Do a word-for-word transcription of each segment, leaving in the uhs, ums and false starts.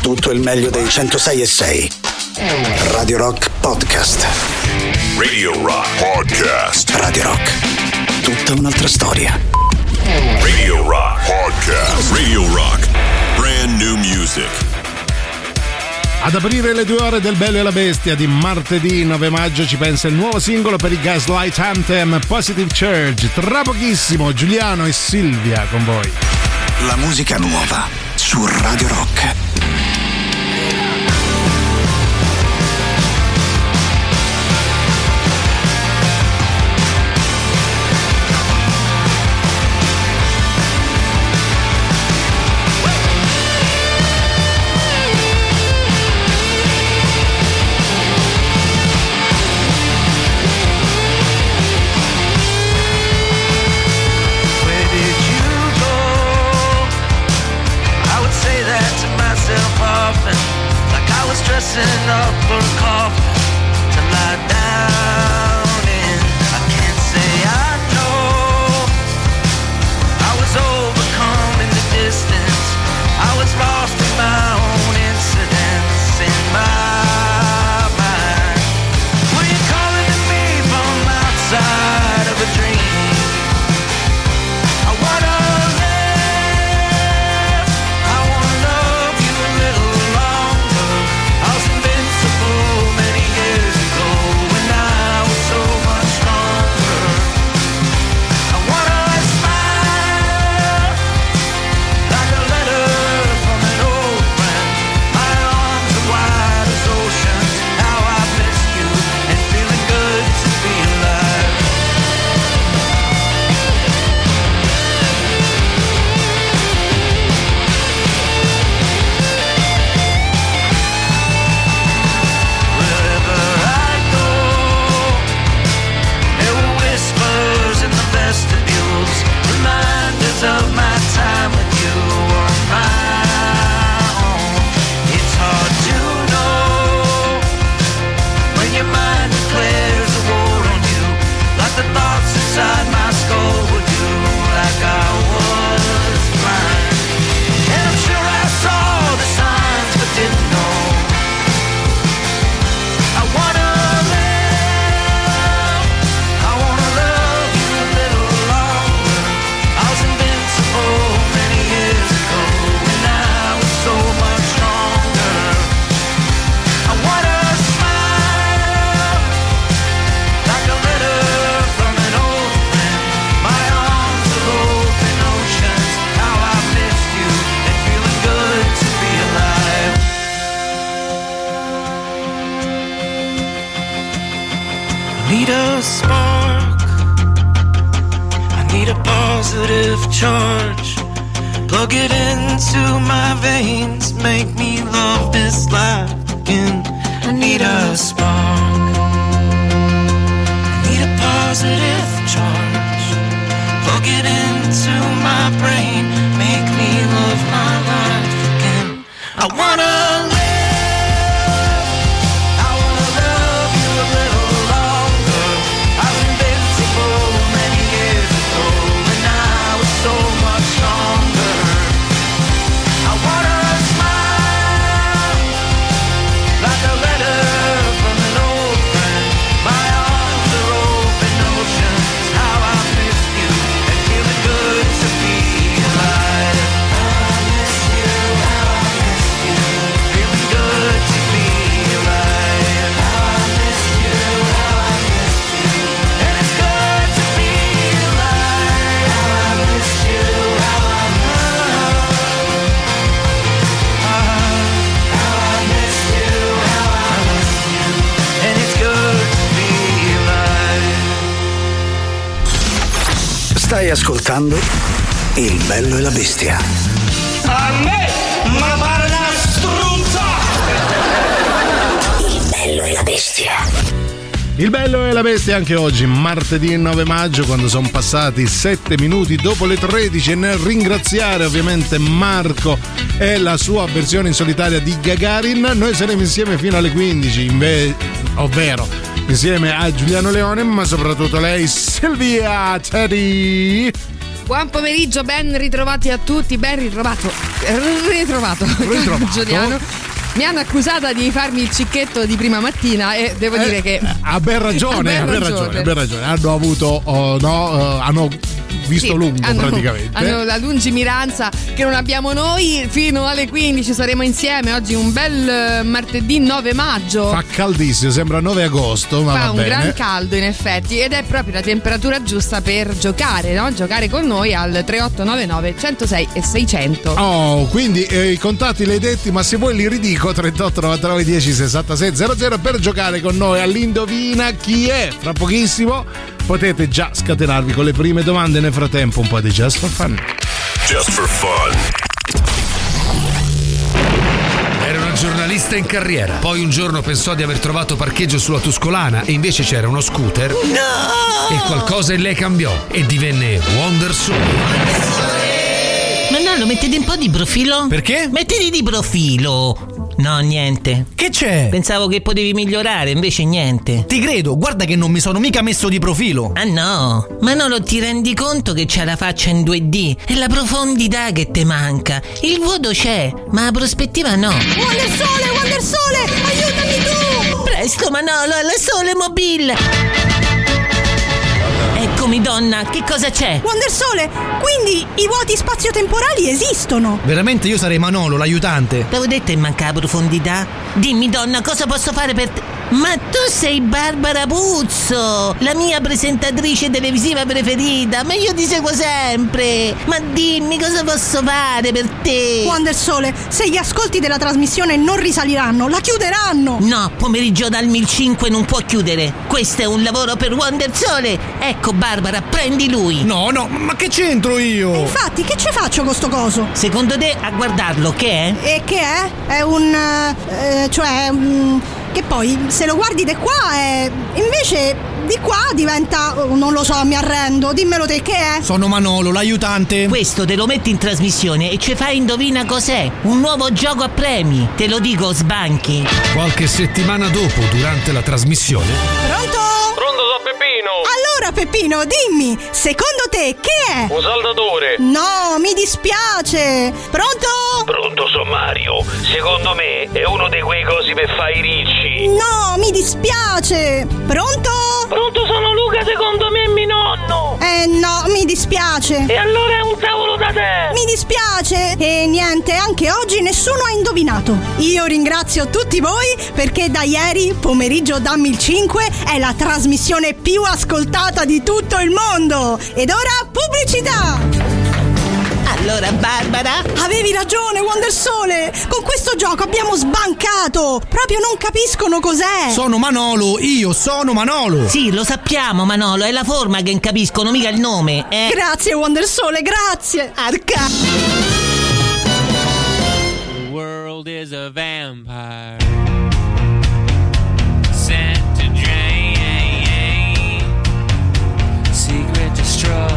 tutto il meglio dei centosei e sei. Radio Rock Podcast. Radio Rock Podcast. Radio Rock. Tutta un'altra storia. Radio Rock Podcast. Radio Rock. Brand new music. Ad aprire le due ore del Bello e la Bestia di martedì nove maggio ci pensa il nuovo singolo per i Gaslight Anthem, Positive Church. Tra pochissimo Giuliano e Silvia con voi. La musica nuova su Radio Rock. Dressing up for coffee to lie down in. I can't say I know. I was overcome in the distance. I was lost in my own incidents in my mind. Were you calling to me from outside of a dream? I wanna live. I wanna love you a little longer. I was invincible many years ago when I was so much stronger. I wanna smile like a letter from an old friend. My arms are wide as oceans. How I miss you and feeling good to be alive. Wherever I go, there were whispers in the vestibules, reminders of my time with you on my own. It's hard to know when your mind declares a war on you, like the thoughts inside my skull would do, like I was blind. And I'm sure I saw the signs but didn't know. I wanna live, I wanna love you a little longer. I was invincible many years ago when I was so much stronger. I wanna smile like a letter from an old friend. My arms are open oceans. How I missed you and feeling good to be alive. I need a spark. I need a positive charge. Plug it into my veins. Make me love this life again. I need a spark. I need a positive charge. Plug it into my brain. Make me love my life again. I wanna live. I wanna love you a little longer. I was invincible many years ago when I was so much stronger. I wanna smile like a letter from an old friend. My arms are open oceans. How I miss you and feeling good to be alive. I miss you, how I miss you. Feeling good to be alive. I miss you, how I miss you. And it's good to be alive. I miss you, how I miss you. How I miss you, how I miss you. And it's good to be alive. Stai ascoltando Il Bello e la Bestia. A me, ma pare una struzza! Il Bello e la Bestia. Il Bello e la Bestia anche oggi, martedì nove maggio, quando sono passati sette minuti dopo le tredici, e nel ringraziare ovviamente Marco e la sua versione in solitaria di Gagarin, noi saremo insieme fino alle quindici, inve- ovvero insieme a Giuliano Leone, ma soprattutto lei Silvia Teddy. Buon pomeriggio, ben ritrovati a tutti, ben ritrovato, ritrovato, Ritrovato. Giuliano. Mi hanno accusata di farmi il cicchetto di prima mattina e devo Eh, dire che ha ben ragione, ha ben ragione, ha ben ragione. Hanno avuto, oh, no, eh, hanno visto sì, lungo hanno, praticamente. hanno la lungimiranza che non abbiamo noi. Fino alle quindici saremo insieme. Oggi un bel eh, martedì nove maggio. Fa caldissimo, sembra nove agosto, ma Fa va un bene. gran caldo in effetti ed è proprio la temperatura giusta per giocare, no? Giocare con noi al tre otto nove nove uno zero sei e seicento. Oh, quindi eh, i contatti li hai detti, ma se vuoi li ridico: trentotto novantanove dieci sessantasei zero zero per giocare con noi all'Indovina chi è. Fra pochissimo potete già scatenarvi con le prime domande. Nel frattempo un po' di Just for Fun. Just for fun. Era una giornalista in carriera. Poi un giorno pensò di aver trovato parcheggio sulla Tuscolana e invece c'era uno scooter. No! E qualcosa in lei cambiò e divenne Wonder Sole. Ma no, lo mettete un po' di profilo? Perché? Mettiti di profilo. No, niente. Che c'è? Pensavo che potevi migliorare, invece niente. Ti credo, guarda che non mi sono mica messo di profilo. Ah no, ma no, lo ti rendi conto che c'ha la faccia in due D? È la profondità che te manca. Il vuoto c'è, ma la prospettiva no. Wonder Sole, Wonder Sole, aiutami tu! Presto Manolo, alla Sole Mobile. Eccomi donna, che cosa c'è? Wonder Sole, quindi i vuoti spazio-temporali esistono. Veramente io sarei Manolo, l'aiutante. L'avevo detto che manca la profondità? Dimmi donna, cosa posso fare per te? Ma tu sei Barbara Puzzo, la mia presentatrice televisiva preferita, ma io ti seguo sempre. Ma dimmi cosa posso fare per te? Wonder Sole, se gli ascolti della trasmissione non risaliranno, la chiuderanno. No, pomeriggio dal mille cinque non può chiudere. Questo è un lavoro per Wonder Sole. Ecco Barbara, prendi lui. No, no, ma che c'entro io? E infatti, che ci faccio con sto coso? Secondo te a guardarlo che è? E che è? È un... Eh, cioè... Um, che poi, se lo guardi da qua è... Invece di qua diventa... Oh, non lo so, mi arrendo. Dimmelo te, che è? Sono Manolo, l'aiutante. Questo te lo metti in trasmissione e ci fai indovina cos'è. Un nuovo gioco a premi. Te lo dico, sbanchi. Qualche settimana dopo, durante la trasmissione. Pronto? Pronto, sono Peppino. Allora Peppino, dimmi, secondo te che è? Un saldatore. No, mi dispiace. Pronto? Pronto, sono Mario. Secondo me è uno di quei cosi per fare i ricci. No, mi dispiace. Pronto? Pronto, sono Luca. Secondo me è mio nonno. Eh no, mi dispiace. E allora è un tavolo da te. Mi dispiace. E niente, anche oggi nessuno ha indovinato. Io ringrazio tutti voi perché da ieri, pomeriggio da mille cinque, è la trasmissione più ascoltata di tutto il mondo. Ed ora pubblicità. Allora Barbara? Avevi ragione Wonder Sole. Con questo gioco abbiamo sbancato. Proprio non capiscono cos'è. Sono Manolo, io sono Manolo. Sì, lo sappiamo Manolo, è la forma che non capiscono, mica il nome, eh? Grazie Wonder Sole, grazie. Arca. The world is a vampire sent to drain secret destroyers.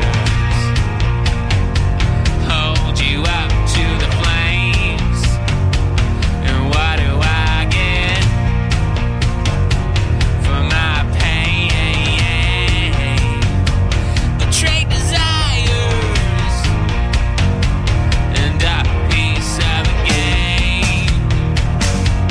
Hold you up to the flames. And what do I get for my pain? Betrayed desires and a piece of a game.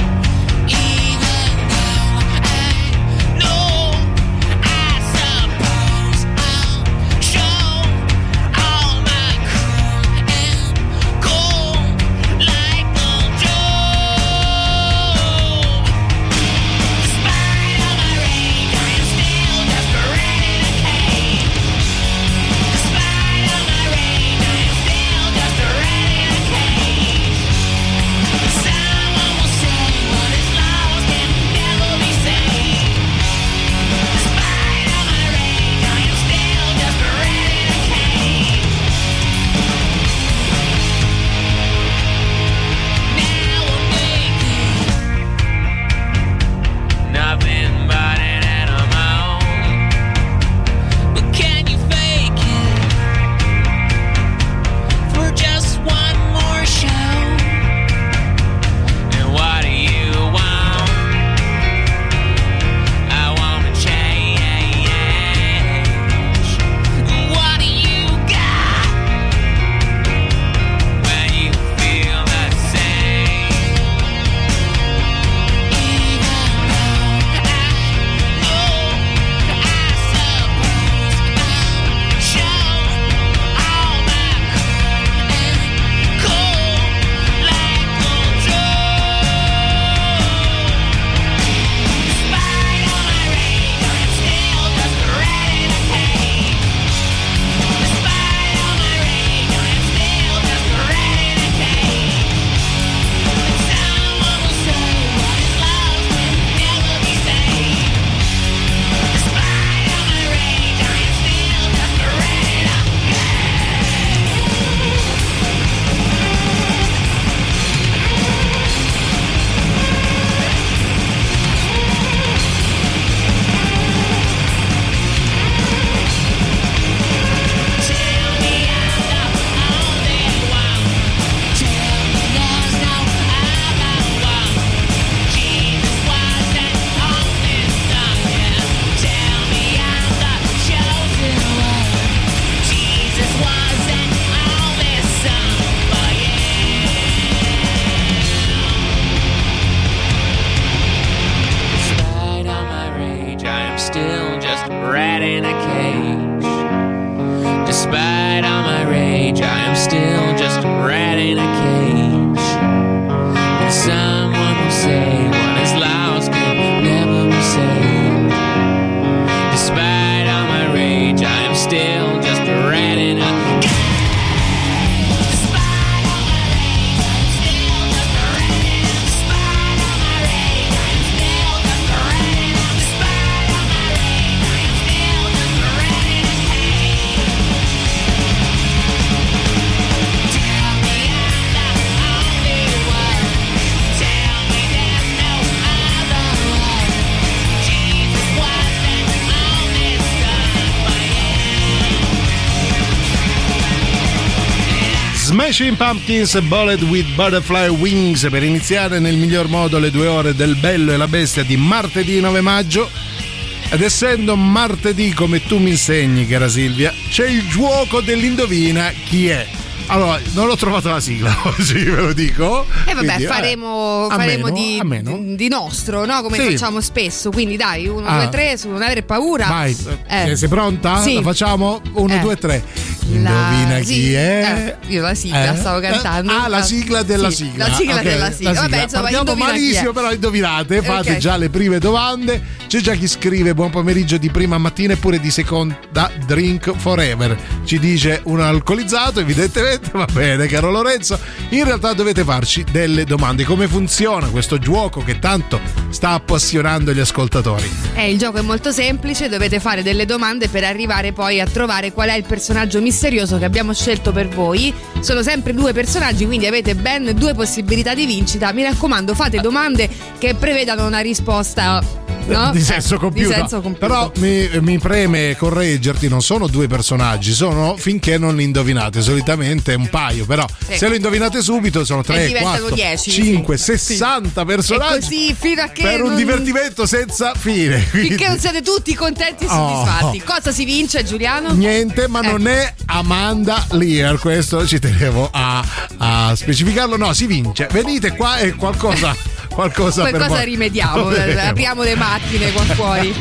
Smashing Pumpkins, Bullet with Butterfly Wings, per iniziare nel miglior modo le due ore del Bello e la Bestia di martedì nove maggio. Ed essendo martedì, come tu mi insegni, cara Silvia, c'è il gioco dell'indovina chi è. Allora, non ho trovato la sigla oggi, ve lo dico. E eh vabbè, quindi, faremo, eh, faremo meno, di, di nostro, no? Come sì. facciamo spesso. Quindi dai, uno, ah. due, tre, su non avere paura. Vai, eh. sei pronta? Sì. La facciamo? Uno, eh. due, tre. Indovina La... chi sì. è? Eh, io la sigla eh? stavo cantando. Ah, la sigla della sì, sigla. La sigla okay, della sigla. la sigla. Vabbè, insomma, partiamo indovina chi è. malissimo, però indovinate. Fate Okay. già le prime domande. C'è già chi scrive buon pomeriggio di prima mattina e pure di seconda drink forever. Ci dice un alcolizzato, evidentemente. Va bene, caro Lorenzo. In realtà dovete farci delle domande. Come funziona questo gioco che tanto sta appassionando gli ascoltatori? Eh, il gioco è molto semplice, dovete fare delle domande per arrivare poi a trovare qual è il personaggio misterioso che abbiamo scelto per voi. Sono sempre due personaggi, quindi avete ben due possibilità di vincita. Mi raccomando, fate domande che prevedano una risposta, no? Di senso Eh, compiuto. di senso compiuto. Però mi, mi preme correggerti, non sono due personaggi, sono finché non li indovinate, solitamente un paio, però sì. se lo indovinate subito sono E tre, diventano quattro, dieci, cinque, sì. sessanta E personaggi così fino a che per un non- divertimento senza fine. quindi- finché non siete tutti contenti e Oh. soddisfatti. Cosa si vince, Giuliano? Niente, ma Ecco. non è Amanda Lear, questo ci tenevo a, a specificarlo. No, si vince. Venite qua e qualcosa, qualcosa, per Qualcosa voi. rimediamo, Lo vedremo. apriamo le macchine qua fuori.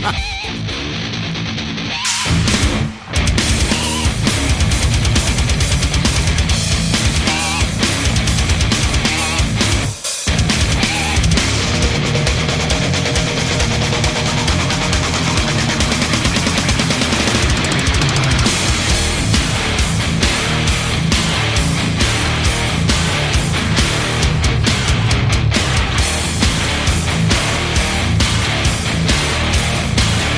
Thank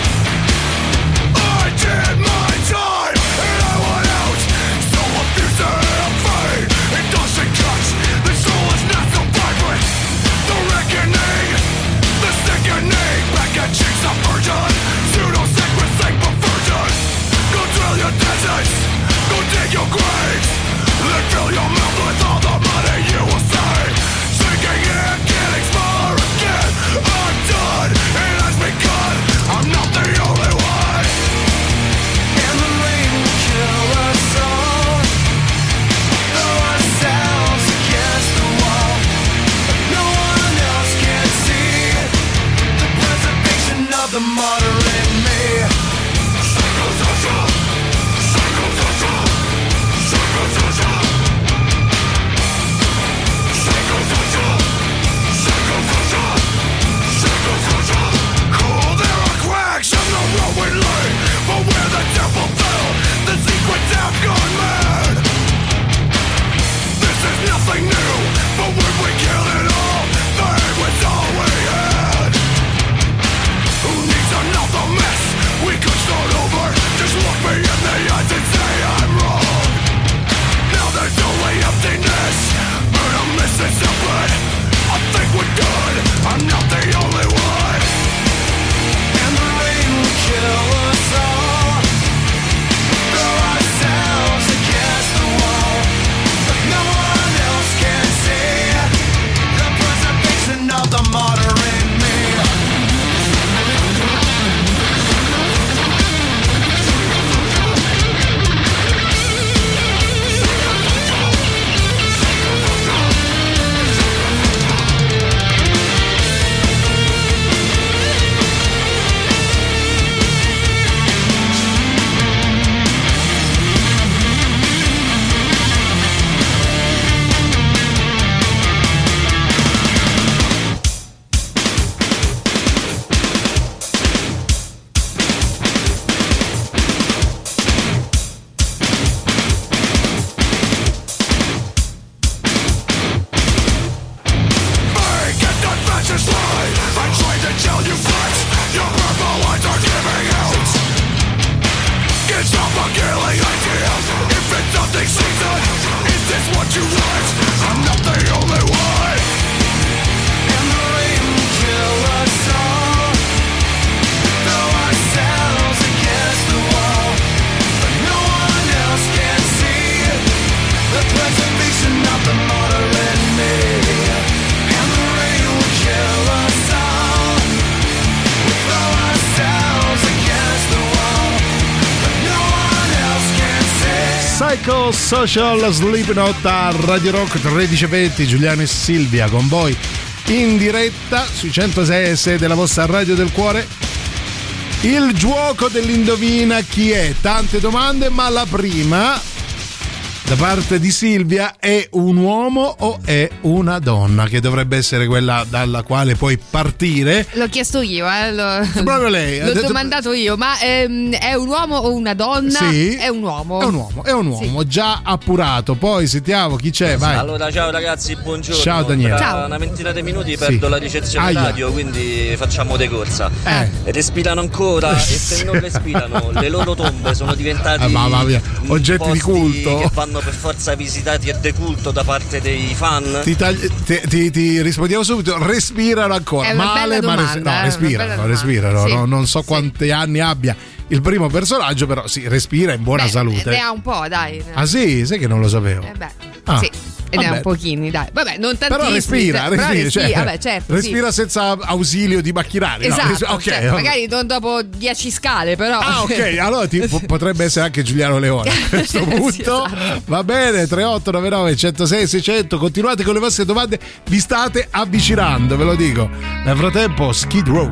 Psychosocial Slipknot a Radio Rock tredici e venti. Giuliano e Silvia con voi in diretta sui centosei e sei della vostra Radio del Cuore. Il gioco dell'indovina chi è. Tante domande, ma la prima da parte di Silvia: è un uomo o è una donna? Che dovrebbe essere quella dalla quale puoi partire. L'ho chiesto io, eh. L'ho, proprio lei. L'ho detto... domandato io, ma ehm, è un uomo o una donna? Sì. È un uomo. È un uomo, è un uomo, sì. Già appurato. Poi sentiamo chi c'è, vai. Allora, ciao ragazzi, buongiorno. Ciao Daniele. Tra ciao. una ventina di minuti perdo sì. la ricezione Aia. radio, quindi facciamo decorsa. Eh. Respirano ancora e se non respirano le loro tombe sono diventate ah, mamma mia. Oggetti di culto che vanno per forza visitati e deculto da parte dei fan. Ti, tagli, ti, ti, ti rispondiamo subito. Respirano ancora. È una male, bella ma domanda, res- no, eh, respirano, respirano. sì. no, non so sì. quanti anni abbia il primo personaggio, però sì, respira in buona beh, salute. Ne ha un po', dai. Ah sì? Sai che non lo sapevo. Eh beh, ah. sì. E ne ha Vabbè. un pochini, dai. Vabbè, non tantissimi. Però respira, però respira, respira, cioè, vabbè, certo, respira sì. senza ausilio di macchinari. Esatto, no? Respi- okay, cioè, vabbè. magari non dopo dieci scale, però. Ah, ok, allora ti, po- potrebbe essere anche Giuliano Leone a questo punto. Sì, esatto. Va bene, tre otto nove nove uno zero sei sei zero zero. Continuate con le vostre domande, vi state avvicinando, ve lo dico. Nel frattempo, Skid Row.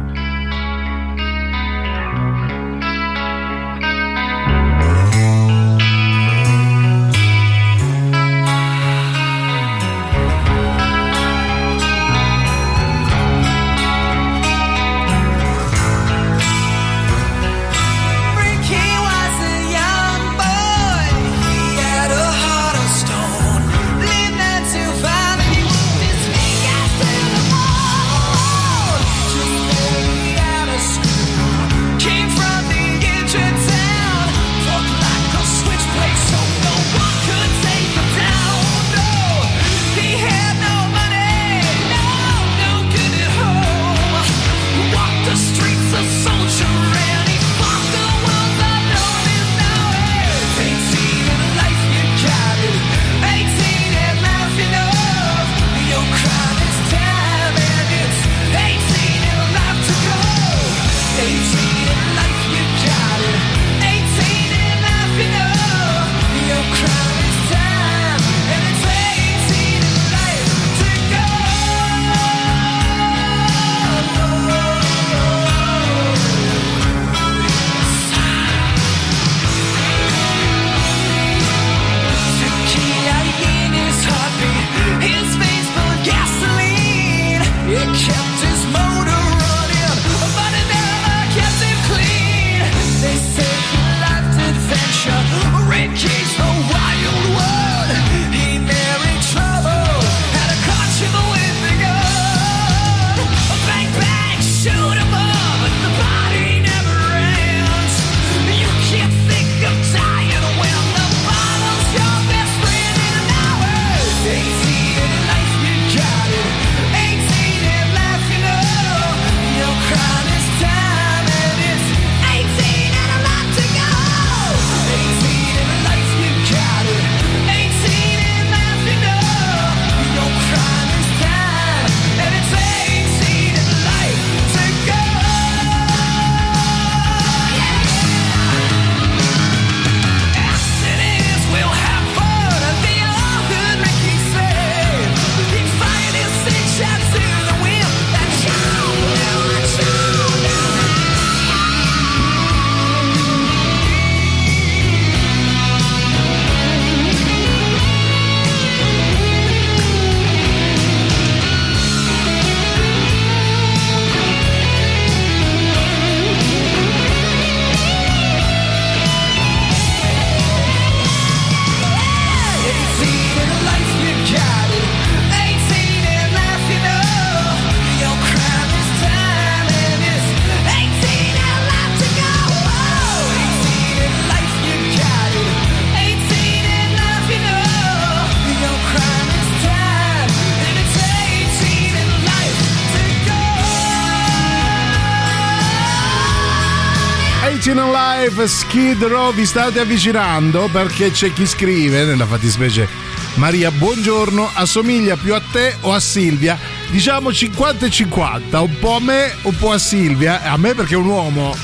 Live, Skid Row, vi state avvicinando perché c'è chi scrive, nella fattispecie Maria, buongiorno, assomiglia più a te o a Silvia? Diciamo cinquanta e cinquanta, un po' a me, un po' a Silvia. A me perché è un uomo. Eh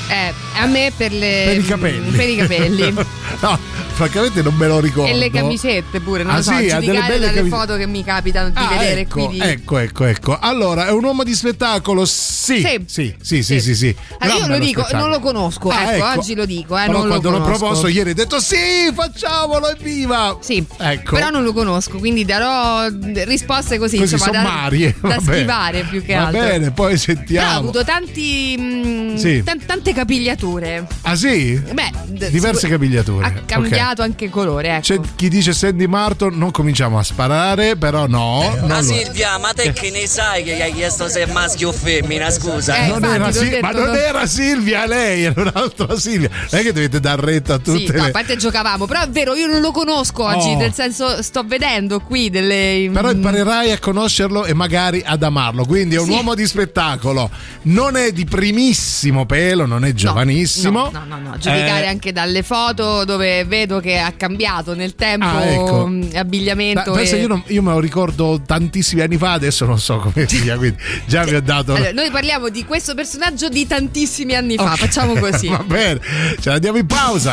A me per le Per i capelli. Per i capelli. No, francamente non me lo ricordo. E le camicette pure, non Ah, lo so, sì, ha a delle giudicare belle dalle camicie- foto che mi capitano di Ah, vedere ecco, qui di... ecco, ecco, ecco. Allora, è un uomo di spettacolo? Sì. Sì. Sì, sì, sì, sì, sì. Allora, io Gran lo bello dico, spettacolo. non lo conosco, Ah, ecco, ecco. oggi lo dico, eh, Però non lo quando l'ho conosco. proposto ieri hai detto sì, facciamolo, evviva! Sì, ecco. però non lo conosco, quindi darò risposte così, Così insomma, da, sommarie, da va bene. schivare più che Va altro. bene, poi Però ha sentiamo. avuto tanti mh, Sì. tan- tante capigliature. Ah sì? Beh, d- Diverse sicur- capigliature. Ha cambiato anche colore, ecco. C'è chi dice Sandy Martin, non cominciamo a sparare, però no. Ma non lo- Silvia, ma te che ne sai che gli hai chiesto se è maschio o femmina, scusa? Eh, non infatti, era t'ho Sil- detto, ma non non- era Silvia lei, era un'altra Silvia. Non è che dovete dar retta a tutte Sì, no, le... a parte giocavamo, però è vero, io non lo conosco oggi, Oh. nel senso sto vedendo qui delle... Però imparerai a conoscerlo e magari ad amarlo. Quindi è un Sì. uomo di spettacolo. Non è di primissimo pelo, non è giovanissimo. No, no, no, no. Giudicare Eh, anche dalle foto dove vedo che ha cambiato nel tempo Ah, ecco. mh, abbigliamento. ma pensa, e... io, non- io me lo ricordo tantissimi anni fa, adesso non so come sia, quindi già vi ho dato. Allora, noi parliamo di questo personaggio di tantissimi anni fa, Ok. facciamo così. Va bene, ce la diamo in pausa.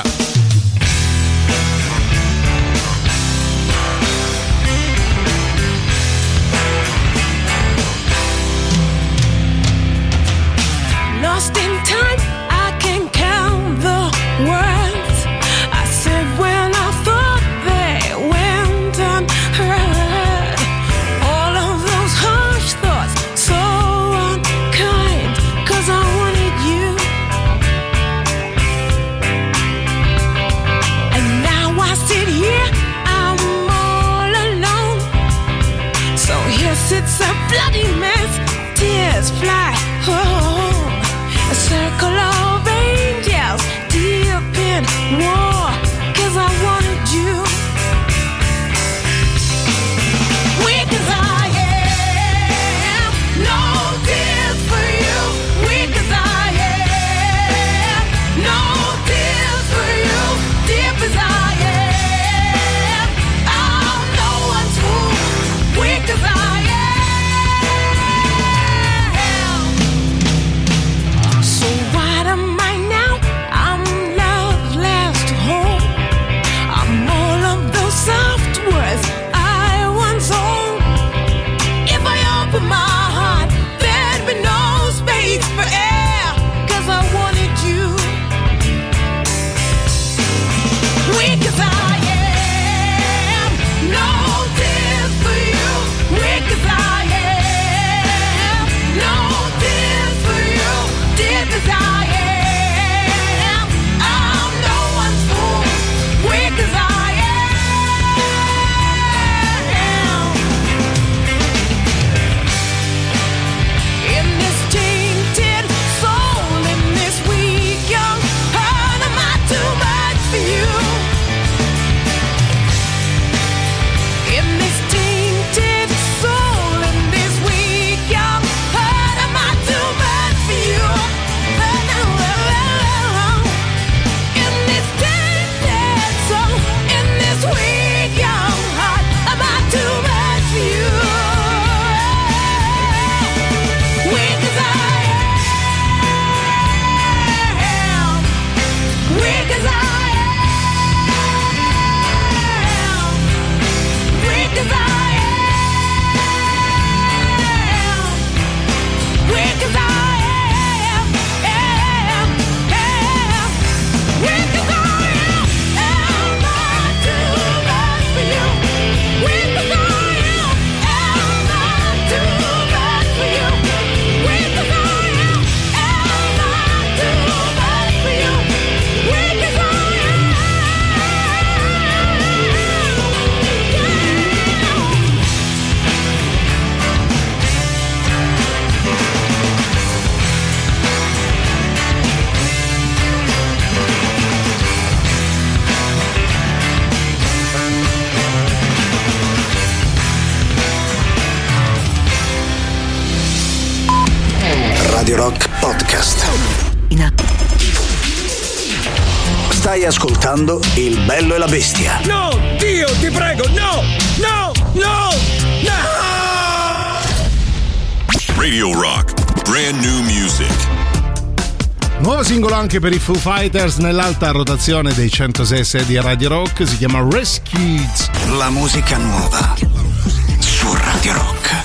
Lost in time, I can count the words I said when I thought they went unheard. All of those harsh thoughts, so unkind, 'cause I wanted you. And now I sit here, I'm all alone. So here sits a bloody mess, tears fly. Oh. A circle of angels deep in war, 'cause I wanted you. Weak as I am, no tears for you. Weak as I am, no tears for you. Deep as I am, I'm no one's fool. Weak as I am. So what am I now? I'm loveless to hold. I'm all of those soft words I once owned. If I open my heart, there'd be no space for air, 'cause I wanted you. Weak as I am, no tears for you. Weak as I am, no tears for you. Deep as I am, I'm no one's fool. Weak as I am. In this tainted soul, in this weak young heart, am I too much for you? In this tainted soul, in this weak young heart, am I too much for you? In this tainted soul, in this weak young heart, am I too much for you? Weak as I am, weak as I am, weak as I am, weak as I am, am, am, weak as I am, am I too much for you? Weak as I am, am I too much for you? Weak as I am, am I too much for you? Weak as I am. Radio Rock Podcast. Stai ascoltando Il bello e la bestia. No, Dio, ti prego, no, no, no, no! Radio Rock, brand new music. Nuovo singolo anche per i Foo Fighters nell'alta rotazione dei centosei e sei di Radio Rock, si chiama Rescued. La musica nuova su Radio Rock.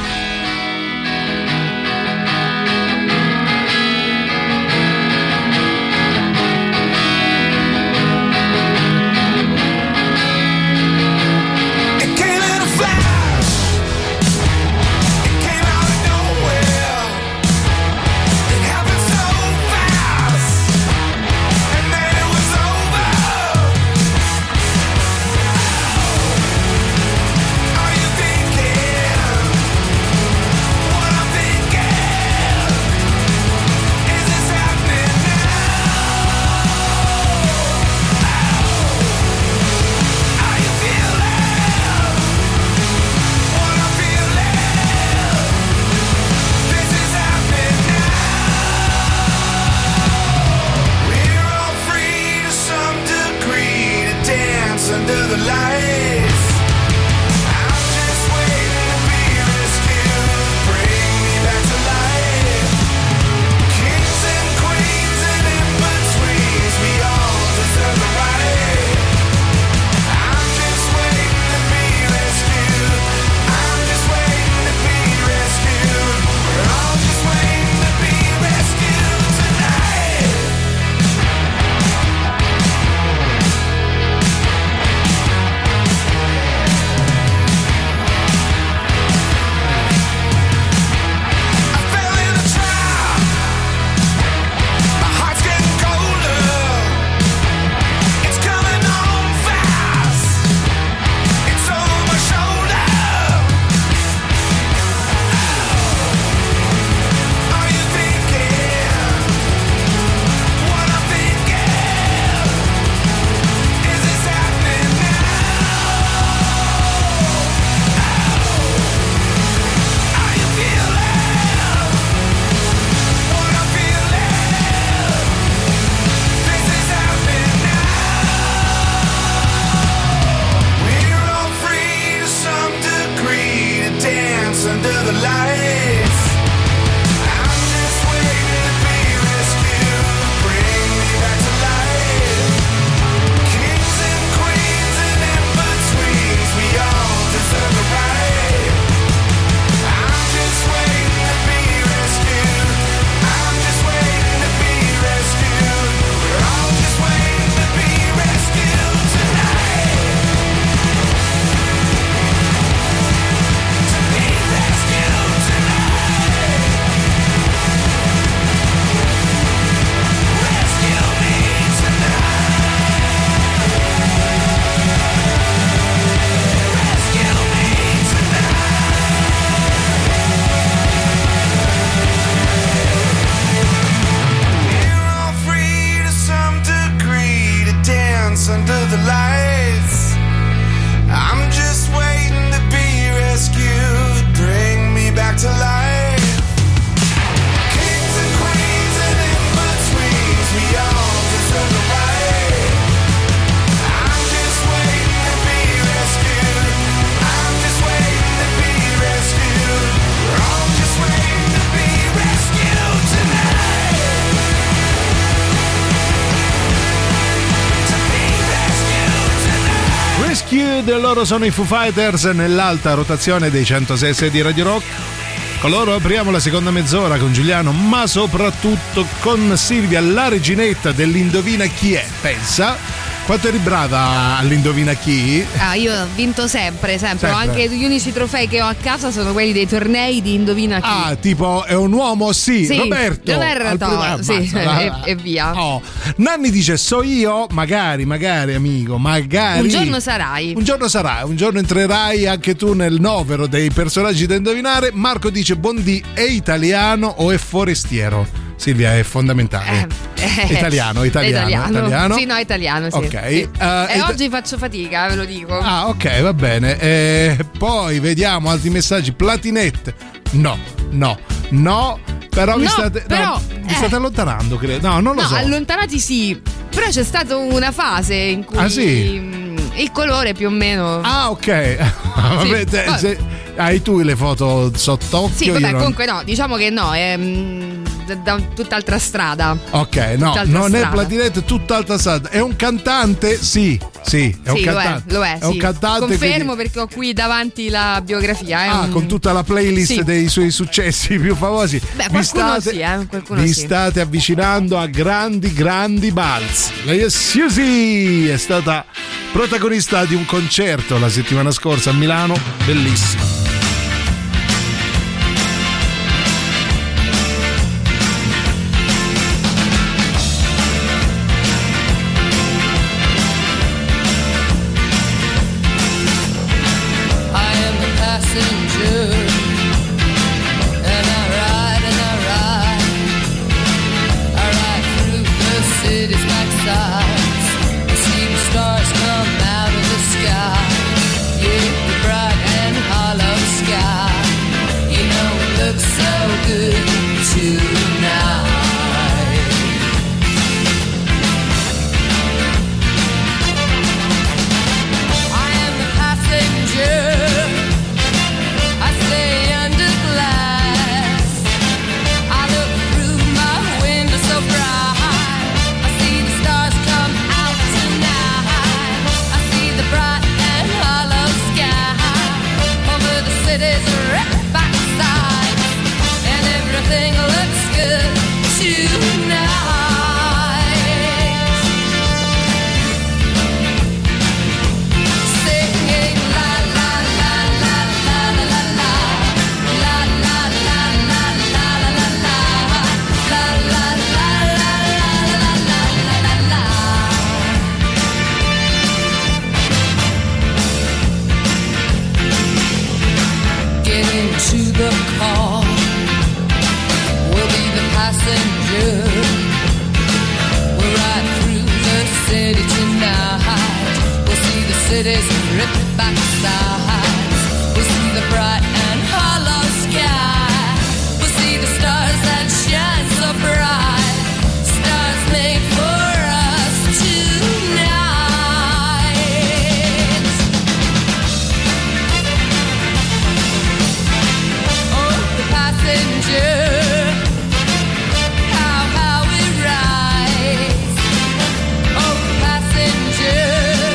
Loro sono i Foo Fighters nell'alta rotazione dei centosei e sei di Radio Rock. Con loro apriamo la seconda mezz'ora con Giuliano, ma soprattutto con Silvia, la reginetta dell'Indovina Chi è. Pensa quanto eri brava all'Indovina Chi. Ah, io ho vinto sempre, sempre, sempre. Anche gli unici trofei che ho a casa sono quelli dei tornei di Indovina Chi. Ah, tipo è un uomo? Sì, sì. Roberto. Roberto, prima... sì, Basta, e, e via. Oh. Nanni dice so io, magari, magari amico, magari. Un giorno sarai. Un giorno sarai, un giorno entrerai anche tu nel novero dei personaggi da indovinare. Marco dice Bondi è italiano o è forestiero? Silvia, è fondamentale. Eh, eh, italiano, italiano, italiano. italiano. Sì, no, italiano, sì. Ok. Sì. Uh, e it- oggi faccio fatica, ve lo dico. Ah, ok, va bene. Eh, poi vediamo altri messaggi. Platinette. No, no, no. Però vi No, state, però, no, vi eh. state allontanando, credo. No, non lo no, so. allontanati sì. Però c'è stata una fase in cui Ah, sì? mh, il colore più o meno. Ah, ok. Vabbè, te- vabbè. se- hai tu le foto sott'occhio? Sì, io vabbè, non- comunque no, diciamo che no, è, mh, da, da tutt'altra strada. Ok, no, Tutt'altra non strada. è platinetto, è tutt'altra strada. È un cantante? Sì, sì, è un Sì, lo è, cantante. lo è, un sì. cantante. Confermo quindi- perché ho qui davanti la biografia. È Ah, un- con tutta la playlist Sì. dei suoi successi più famosi. Beh, vi qualcuno state, sì, eh, qualcuno vi sì. state avvicinando a grandi, grandi balzi. Lei è Suzy, è stata protagonista di un concerto la settimana scorsa a Milano, bellissimo. I am the passenger, and I ride and I ride. I ride through the city's backsides. I see the stars come out of the sky. Yeah, the bright and hollow sky. You know it looks so good tonight. I am the passenger. I stay under glass. I look through my window so bright. I see the stars come out tonight. I see the bright and hollow sky over the city's red backside, and everything looks good tonight. Singing la la la la la la la la. La la la la la la la la. La la la la la la la la la. Get into the car. We'll be the passenger. We'll ride through the city tonight. We'll see the city's ripped back sides. We'll see the bright and hollow sky. We'll see the stars that shine so bright. Stars made for us tonight. Oh, the passenger. How, how we rise. Oh, the passenger.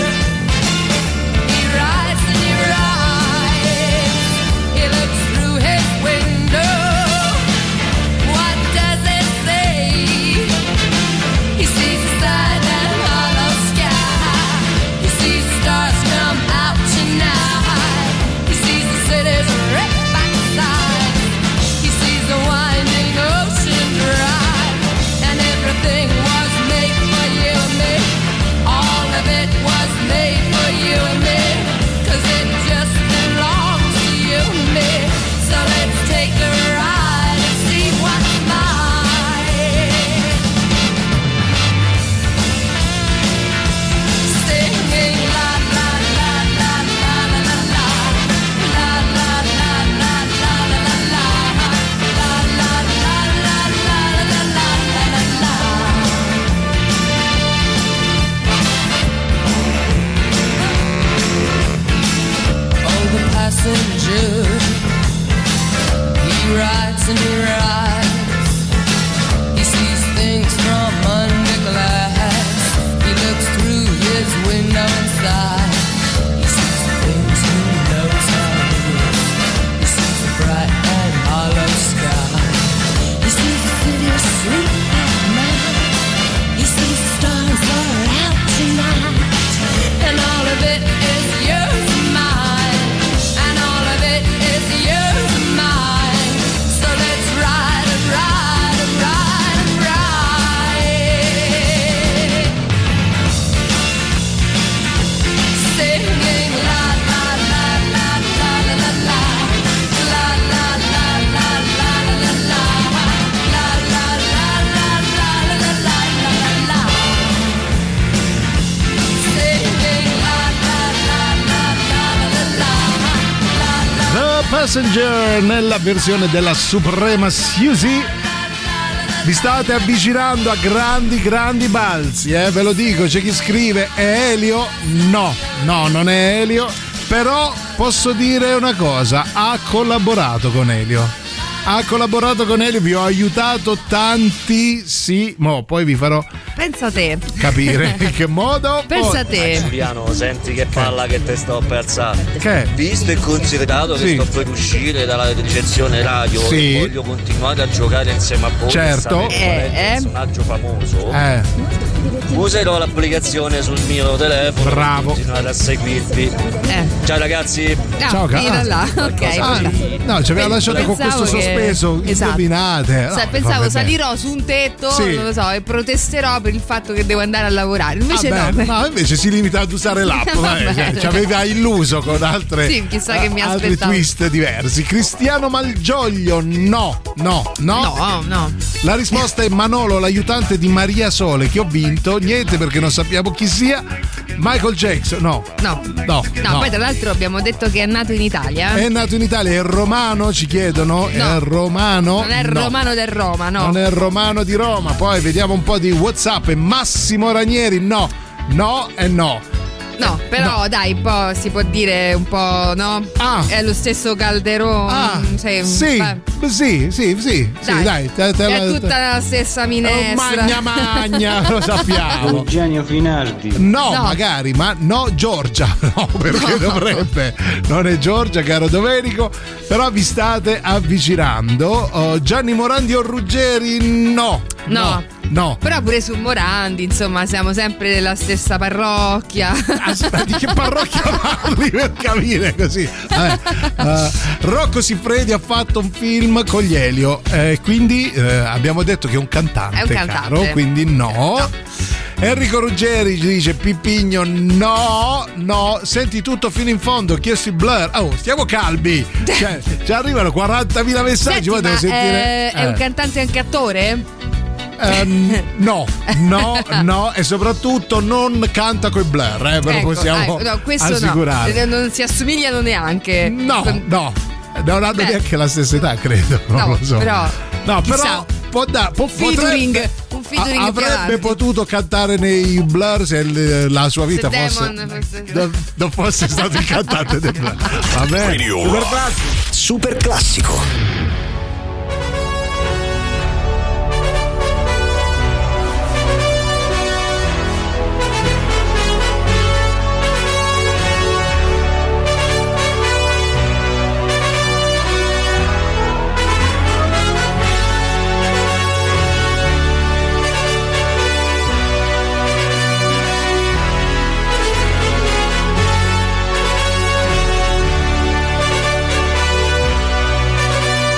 He rides and he rides. He looks through his window. What does it say? He sees the side and hollow sky. He sees the stars come out tonight. He sees the city's red backside. He sees the winding ocean drive. And everything was made for you and me. All of it was made for you and me. 'Cause it just belongs to you and me. So let's take a ride and see what's mine. Singing la la la la la la la la. La la la la la la la la. La la la la la la la la la. Oh, the passenger. He rides and he rides. He sees things from under glass. He looks through his window inside. He sees the things he knows how it is. He sees the bright and hollow sky. He sees the city asleep at night. He sees the stars are out tonight. And all of it is yours and mine. And all of it is yours and mine. So let's ride and ride and ride and ride. Singing la la la la la la la la. La la la la la la la la. La la la la la la la la la la. Singing la la la la la la la la. The Passenger nella versione della Suprema Suzy. Vi state avvicinando a grandi, grandi balzi, eh? Ve lo dico, c'è chi scrive: è Elio? No, no, non è Elio. Però posso dire una cosa: ha collaborato con Elio. ha collaborato con Elio, vi ho aiutato tantissimo, poi vi farò Pensa a te. capire in che modo. Pensa a te. Ma Giuliano, senti che palla che te sto per alzare. Che? Visto e considerato Sì. che sto per uscire dalla recensione radio Sì. e voglio continuare a giocare insieme a voi, Certo. e sapere qual è il Eh, eh. personaggio famoso, Eh, userò l'applicazione sul mio telefono. Bravo. Per continuare a seguirvi. Eh. Ciao ragazzi. No, Ciao, ca- fino ah. là. Ok. ah, no, ci aveva Pen- lasciato con pensavo questo che- sospeso. Esatto. Indovinate. No, Sai, pensavo vabbè. salirò su un tetto, Sì. non lo so, e protesterò per il fatto che devo andare a lavorare. Invece Vabbè, no. no, invece si limita ad usare l'app. Vabbè. vabbè, cioè, ci aveva illuso con altre, Sì, chissà che mi altri aspettavo. twist diversi. Cristiano Malgioglio, no, no, no. No, no. La risposta è Manolo, l'aiutante di Maria Sole, che ho vinto. Niente, perché non sappiamo chi sia. Michael Jackson, no. No. No, No, no. poi tra l'altro abbiamo detto che è nato in Italia. È nato in Italia, è romano, ci chiedono. No. È romano. Non è il No. romano del Roma, no. Non è il romano di Roma. Poi vediamo un po' di WhatsApp. È Massimo Ranieri, no. No e no. No, però dai, un po' si può dire un po', no? Ah. È lo stesso Calderone. Ah, cioè, sì, fa- sì, sì, sì, Dai, sì, dai, te, te è la- tutta la stessa Oh, minestra. magna magna, lo sappiamo. Eugenio Finardi. No, No. magari, ma no Giorgia, no, perché No. dovrebbe. Non è Giorgia, caro Domenico, però vi state avvicinando. Oh, Gianni Morandi o Ruggeri, no. No. No. Però pure su Morandi, insomma, siamo sempre della stessa parrocchia. Aspetta, di che parrocchia parli per capire così? Vabbè. Eh, Rocco Siffredi ha fatto un film con gli Elio, eh, quindi eh, abbiamo detto che è un cantante, È un cantante. caro, quindi no. Enrico Ruggeri ci dice Pipigno, no, no, senti tutto fino in fondo, ho chiesto i Blur. Oh, stiamo calmi, cioè, ci arrivano quarantamila messaggi, Senti, poi devo ma sentire. è, è un cantante anche attore? Ehm, no, no, no, e soprattutto non canta coi Blur, eh, ve lo Ecco, possiamo ah, no, questo assicurare. no. Non si assomigliano neanche. No, Con- no, non hanno Beh. neanche la stessa età, credo. Non No, lo so. però, no, chissà. però può da, può, Featuring, potrebbe- un featuring a- più avrebbe avanti. potuto cantare nei Blur se il- la sua vita Se fosse, Damon fosse- non, non fosse stato il cantante dei Blur. Va bene. Radio Super Rock. classico. Super classico. Thank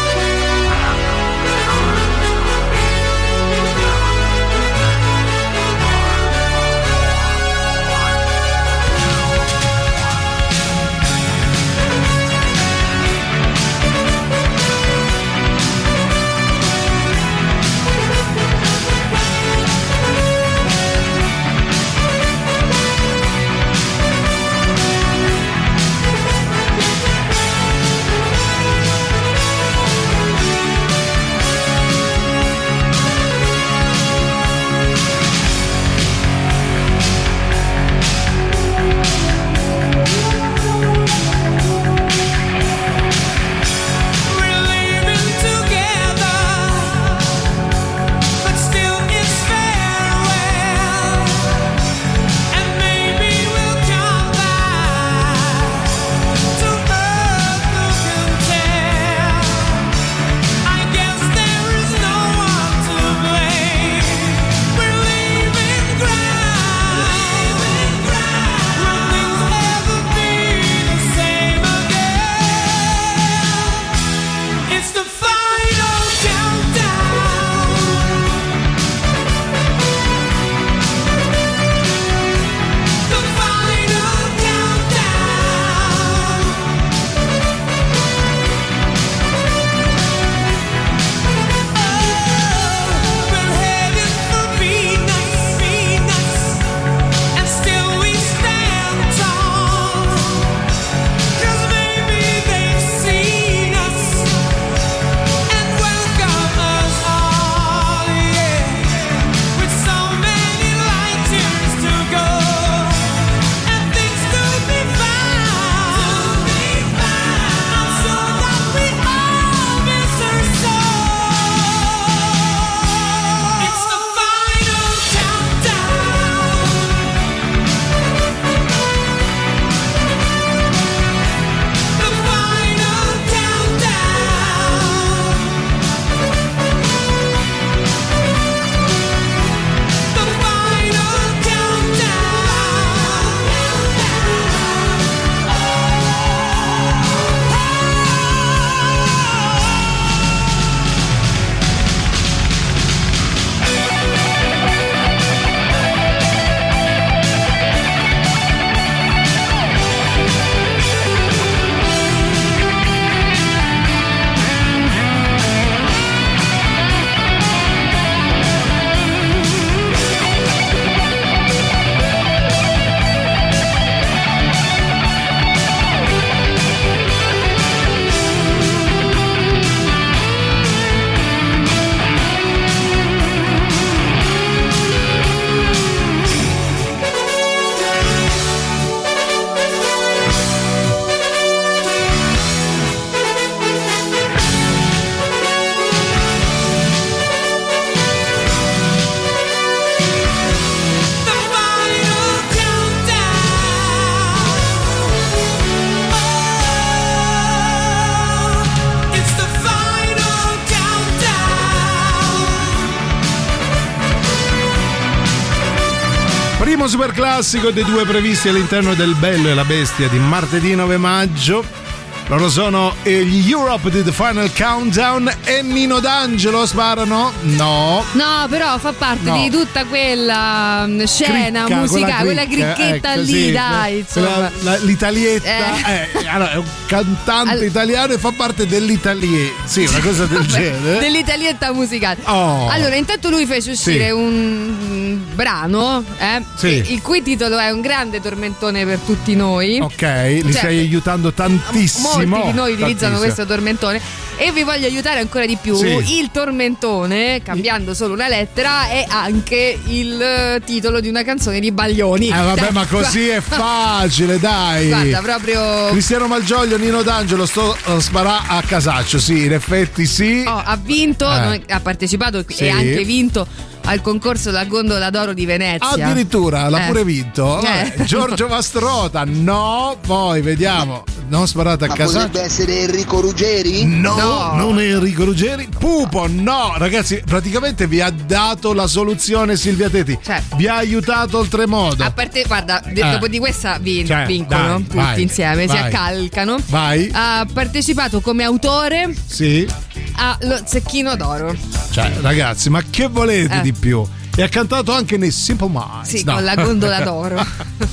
Primo super classico dei due previsti all'interno del Bello e la Bestia di martedì nove maggio. Loro sono eh, gli Europe di The Final Countdown e Nino D'Angelo. Sparano? No. No, però fa parte No. di tutta quella mm, scena Cricca, musicale, quella, cricca, cricchetta ecco, lì, sì. dai, insomma. Quella- la- l'italietta Eh. eh, allora, è un cantante Al- italiano e fa parte dell'Italie. Sì, una cosa del Vabbè, genere. dell'italietta musicale. Oh. Allora, intanto lui fece uscire Sì. un brano, eh, Sì. il cui titolo è un grande tormentone per tutti noi. Ok, li Cioè, stai aiutando tantissimo. Molti di noi utilizzano tantissimo. questo tormentone e vi voglio aiutare ancora di più. Sì. Il tormentone, cambiando solo una lettera, è anche il eh, titolo di una canzone di Baglioni. Eh vabbè, Dai, ma così è facile, dai. Guarda, proprio. Cristiano Malgioglio, Nino D'Angelo, sto a sparà a casaccio. Sì, in effetti sì. Oh, ha vinto, Eh. non- ha partecipato Sì. e anche vinto al concorso La Gondola d'Oro di Venezia. Addirittura l'ha Eh. pure vinto. Eh. Vabbè, Giorgio Mastrota, no. Poi vediamo. Non sparate a Ma casaccio. potrebbe essere Enrico Ruggeri? No, No. non è Enrico Ruggeri. Pupo, no. Ragazzi, praticamente vi ha dato la soluzione Silvia Teti. Cioè. Vi ha aiutato oltremodo. A parte, guarda, de- Eh. dopo di questa vin- Cioè, vincono dai, tutti vai, insieme, si vai. accalcano. Vai. Ha partecipato come autore Sì. a Lo Zecchino d'Oro. Cioè, ragazzi, ma che volete Eh. di più? E ha cantato anche nei Simple Minds. Sì, no. con La Gondola d'Oro.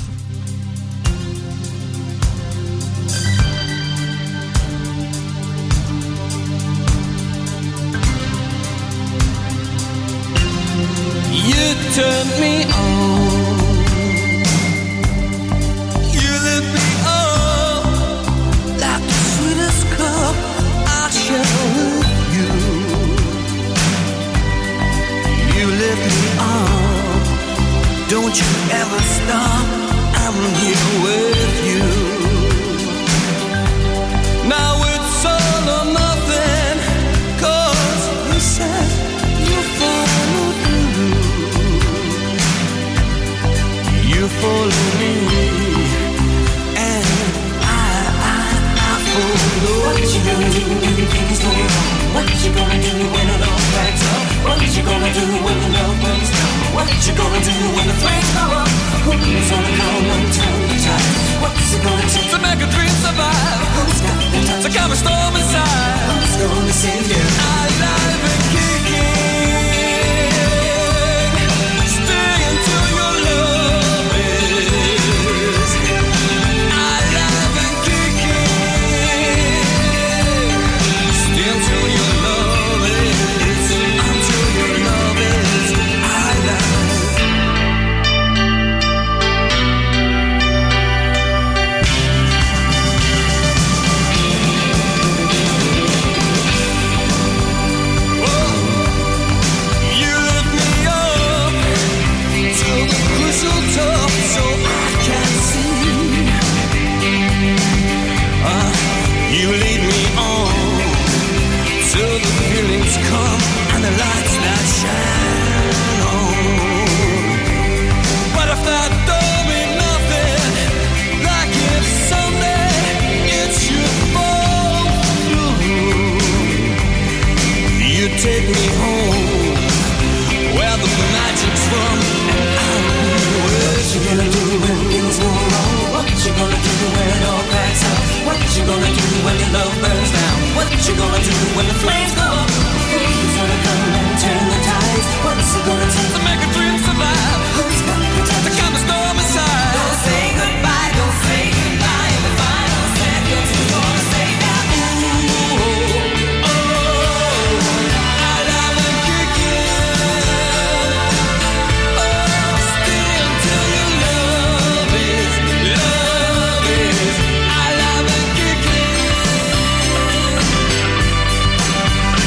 You turned me on. You lit me up like the sweetest cup I share with you. You lit me up. Don't you ever stop. I'm here with you. Now it's all or nothing. 'Cause you said you follow through. You follow me, and I, I, I follow. What you gonna do when things go wrong? What you gonna do when it all backs up? What you gonna do when the love burns down? What you gonna do when the flames go up? Who's gonna come and turn the tide? What's it gonna take to make a dream survive? Who's got the time to calm a storm inside? Who's gonna save you? Alive and kicking. Stay until your love is alive and kicking. Stay until your love is, until your love is alive. You lift me up to the crystal top so I can see. Uh, you lead me on till the feelings come and the lights that shine on. But if that don't mean nothing, like if someday it should fall through, you take me home where the magic's from, and I'll be with you. What you gonna do when things go wrong? What you gonna do when it all cracks up? What you gonna do when your love burns down? What you gonna do when the flames go up? Who's gonna come and turn the tides? What's it gonna take to make a dream survive? Who's got the time to calm the storm inside? Don't say goodbye, don't say goodbye. In the final seconds, who's gonna save you? Ooh, oh, I love and kicking. Oh, stay until your love is, love is, I love and kicking.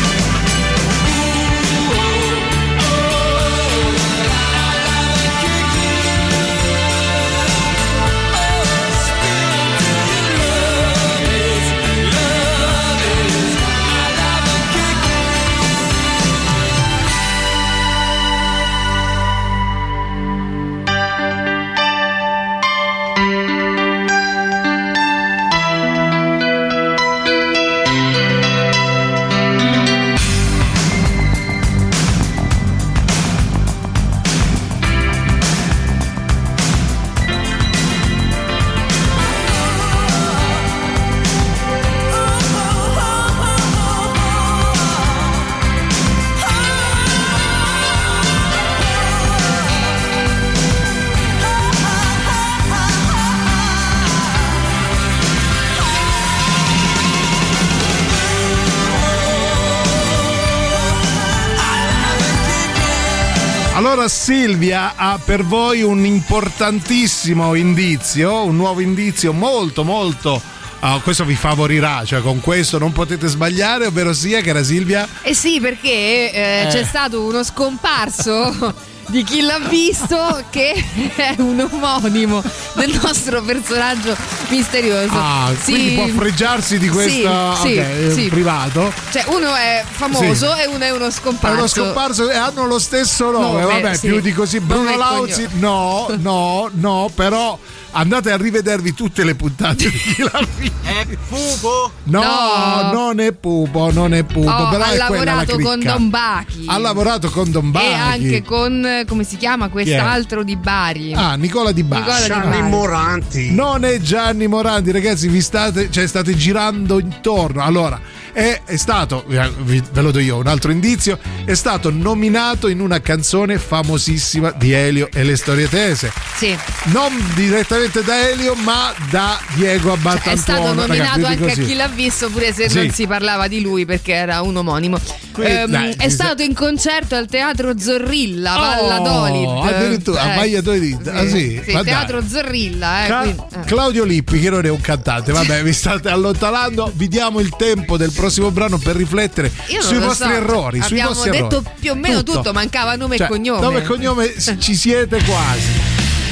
Allora Silvia ha per voi un importantissimo indizio, un nuovo indizio molto molto uh, questo vi favorirà, cioè con questo non potete sbagliare, ovvero sia, cara Silvia. Eh sì, perché eh, Eh. c'è stato uno scomparso di Chi l'ha visto, che è un omonimo del nostro personaggio misterioso. Ah, Sì. quindi può fregiarsi di questo Sì, sì, ok, sì. privato. Cioè uno è famoso Sì. e uno è uno È scomparso. uno scomparso e hanno lo stesso nome, Nome, vabbè, sì. più di così. Bruno Nome e Lauzi, no, no, no, però andate a rivedervi tutte le puntate di Chi l'ha visto. È Pupo? No, No. non è Pupo, non è Pupo, Oh, però ha è quella la lavorato con cricca. Don Bachi. Ha lavorato con Don Bachi. E anche con, eh, come si chiama quest'altro di Bari? Ah, Nicola Di Bari. Nicola Di Gianni Bari. Moranti. Non è Gianni Moranti, ragazzi, vi state, cioè, state girando intorno. Allora, è, è stato, vi- ve lo do io, un altro indizio, è stato nominato in una canzone famosissima di Elio e le Storie Tese. Sì. Non direttamente da Elio, ma da Diego Abbatantuono. È stato nominato Ragazzi, anche così. a Chi l'ha visto, pure se Sì. non si parlava di lui, perché era un omonimo. Quindi, Ehm, dai, è mi stato in concerto al Teatro Zorrilla, Valladolid. Oh, addirittura a Eh, Valladolid. Ah, sì? sì, Ma dai. Teatro Zorrilla. Eh, Ca- quindi- eh. Claudio Lippi, che non è un cantante, vabbè, vi state allontanando. Vi diamo il tempo del prossimo brano per riflettere Io non sui lo vostri so. errori. Sui Abbiamo vostri detto errori. più o meno tutto, mancava nome Cioè, e cognome. Nome e cognome s- ci siete quasi.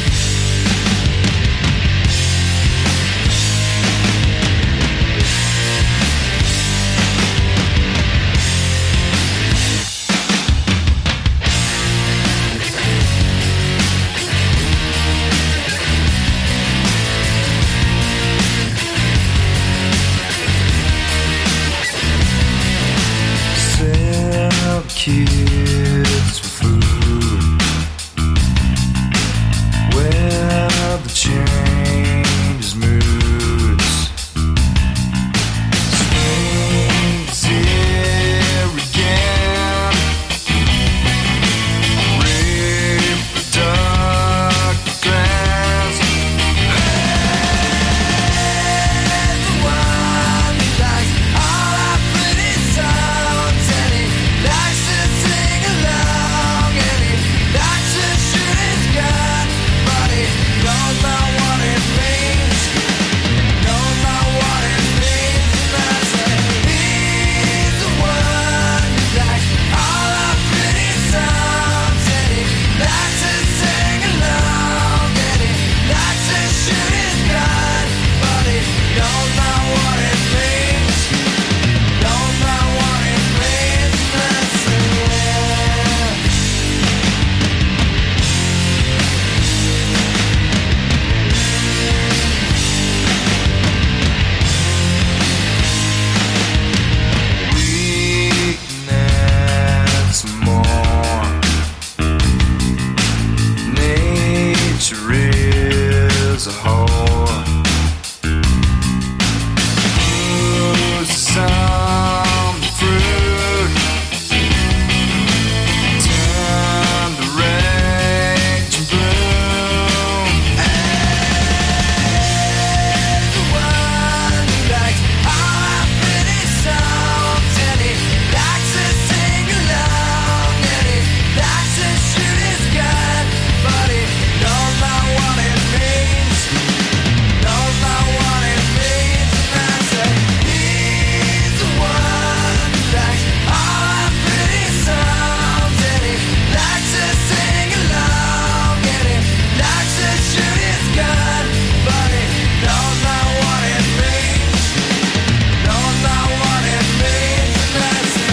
Sell kids for food. Well, the change moods. Spring's here again. Reproductive glands. There's the one who likes all our pretty songs, and he likes to sing along, and he likes to shoot his gun, but he knows not what it means, knows not what it means, and I say he's the one who likes all our pretty songs, and he likes to sing along, and he likes to shoot his gun, but he knows not what it means, knows not what it means, and I say weakness more. Nature is a whore. Who's some fruit? Turn the rage and bloom. And the one who likes all our pretty songs, and he likes to sing along, and he likes to shoot his gun, but he knows not what it means, knows not what it means, and I say he's the one who likes all our pretty songs, and he likes to sing along, and he likes to shoot his gun, but he knows not what it means, knows not what it means, and I say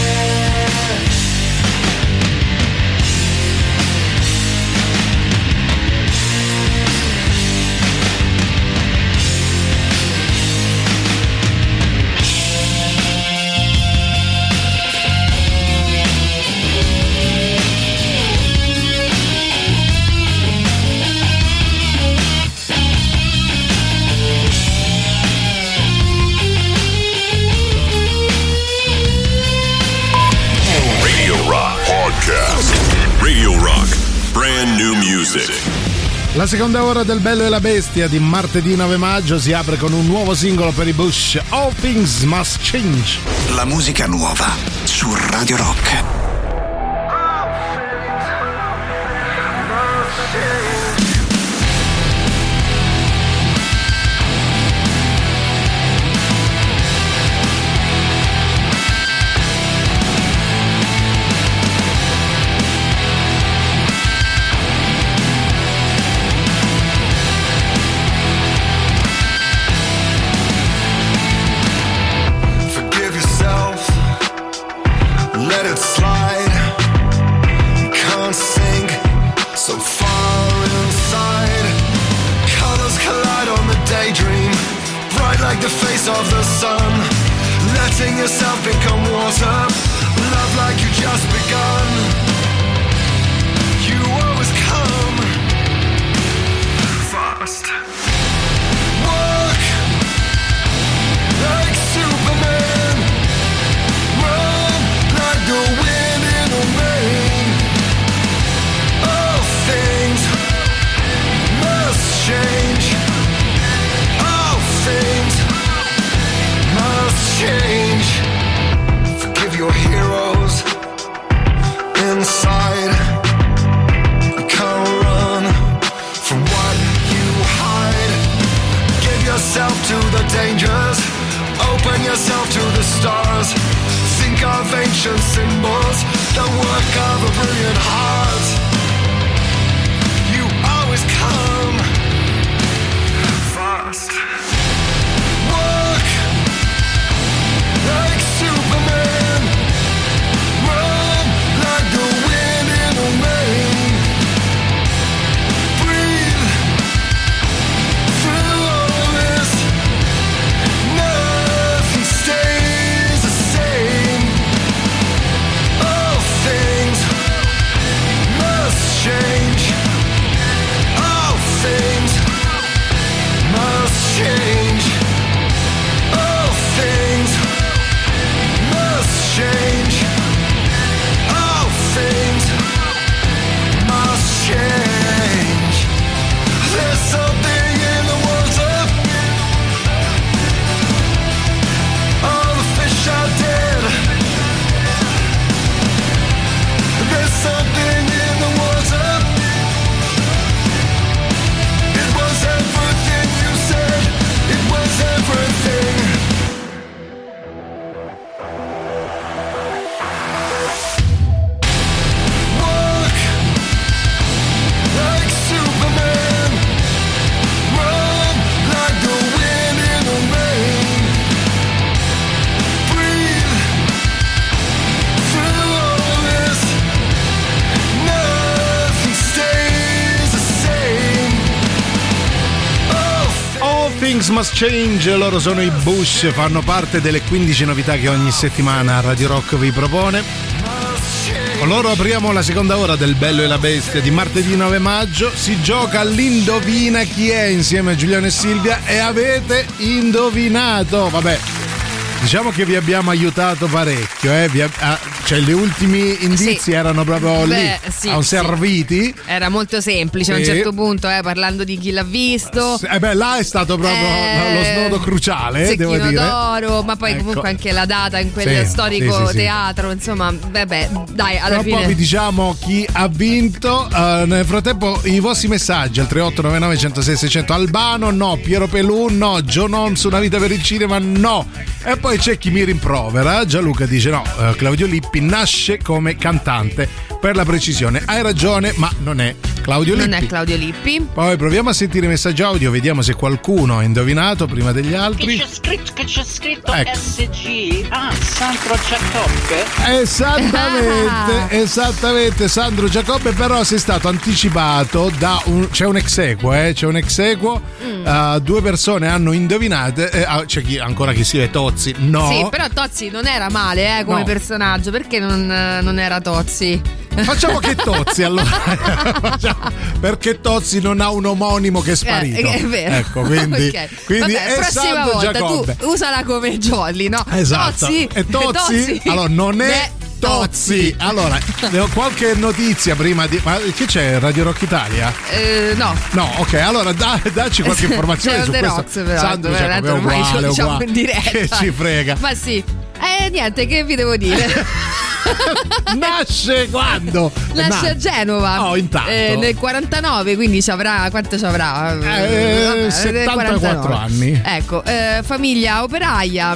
Radio Rock Podcast. Radio Rock. Brand new music. La seconda ora del Bello e la Bestia di martedì nove maggio si apre con un nuovo singolo per i Bush, All Things Must Change. La musica nuova su Radio Rock. the work of a brilliant heart. You always come fast. Walk like Superman. Run like the wind in the rain. Breathe through all this. Nothing stays the same. All things must change. All things must change. All things must change. All things must change. There's something in the water. All the fish are dead. There's something in the water. It was everything you said. It was everything. Walk like Superman. Run like the wind in the rain. Breathe through all this. Nothing stays the same. All Things Must Change, loro sono i Bush, fanno parte delle quindici novità che ogni settimana Radio Rock vi propone. Con loro apriamo la seconda ora del Bello e la Bestia di martedì nove maggio. Si gioca all'Indovina chi è insieme a Giuliano e Silvia e avete indovinato. Vabbè, diciamo che vi abbiamo aiutato parecchio, eh? vi, ah, cioè gli ultimi indizi Sì. erano proprio Beh, lì, sì, a un sì. serviti. Era molto semplice a un Sì. certo punto, eh, parlando di chi l'ha visto. Eh beh, là è stato proprio Eh, lo snodo cruciale, eh, devo Zecchino dire. d'oro, ma poi Ecco. comunque anche la data in quel Sì, storico sì, sì, sì. teatro, insomma, vabbè, dai, alla Tra un po' fine. vi diciamo chi ha vinto. Uh, nel frattempo i vostri messaggi al tre otto nove nove uno zero sei sei zero zero. Albano no, Piero Pelù no, John Holmes Una vita per il cinema no. E poi c'è chi mi rimprovera. Gianluca dice no, uh, Claudio Lippi nasce come cantante. Per la precisione, hai ragione, ma non è Claudio Lippi. Non è Claudio Lippi. Poi proviamo a sentire i messaggi audio, vediamo se qualcuno ha indovinato prima degli Che altri. c'è scritto, che c'è scritto Ecco. S G. Ah, Sandro Giacobbe. Esattamente, esattamente Sandro Giacobbe, però sei stato anticipato da un c'è un ex equo, eh, c'è un ex equo, Mm. uh, due persone hanno indovinato, eh, ah, c'è chi ancora chi scrive Tozzi, no. Sì, però Tozzi non era male, eh, come No. personaggio, perché non, non era Tozzi? Facciamo che Tozzi allora. Facciamo- perché Tozzi non ha un omonimo che è sparito. Eh, è vero. Ecco, quindi, Ok. quindi Vabbè, è prossima Sandro volta Giacobbe. tu usala come jolly, no? Esatto. Tozzi, E Tozzi? Allora, non è Beh, Tozzi. Allora, ne ho qualche notizia prima di. Ma che c'è? Radio Rock Italia? Eh, no. No, ok, allora da, dacci qualche informazione C'è su The questo. Rocks, però, Sandro ecco, Giacobbe è ormai ce lo uguale, diciamo uguale. in diretta. Che ci frega. Ma sì. Eh, niente, che vi devo dire? Nasce quando? Nasce a Na- Genova. Oh, intanto. Eh, nel quarantanove, quindi ci avrà. Quanto ci avrà? Eh, Vabbè, nel settantaquattro quarantanove. anni. Ecco, eh, famiglia operaia.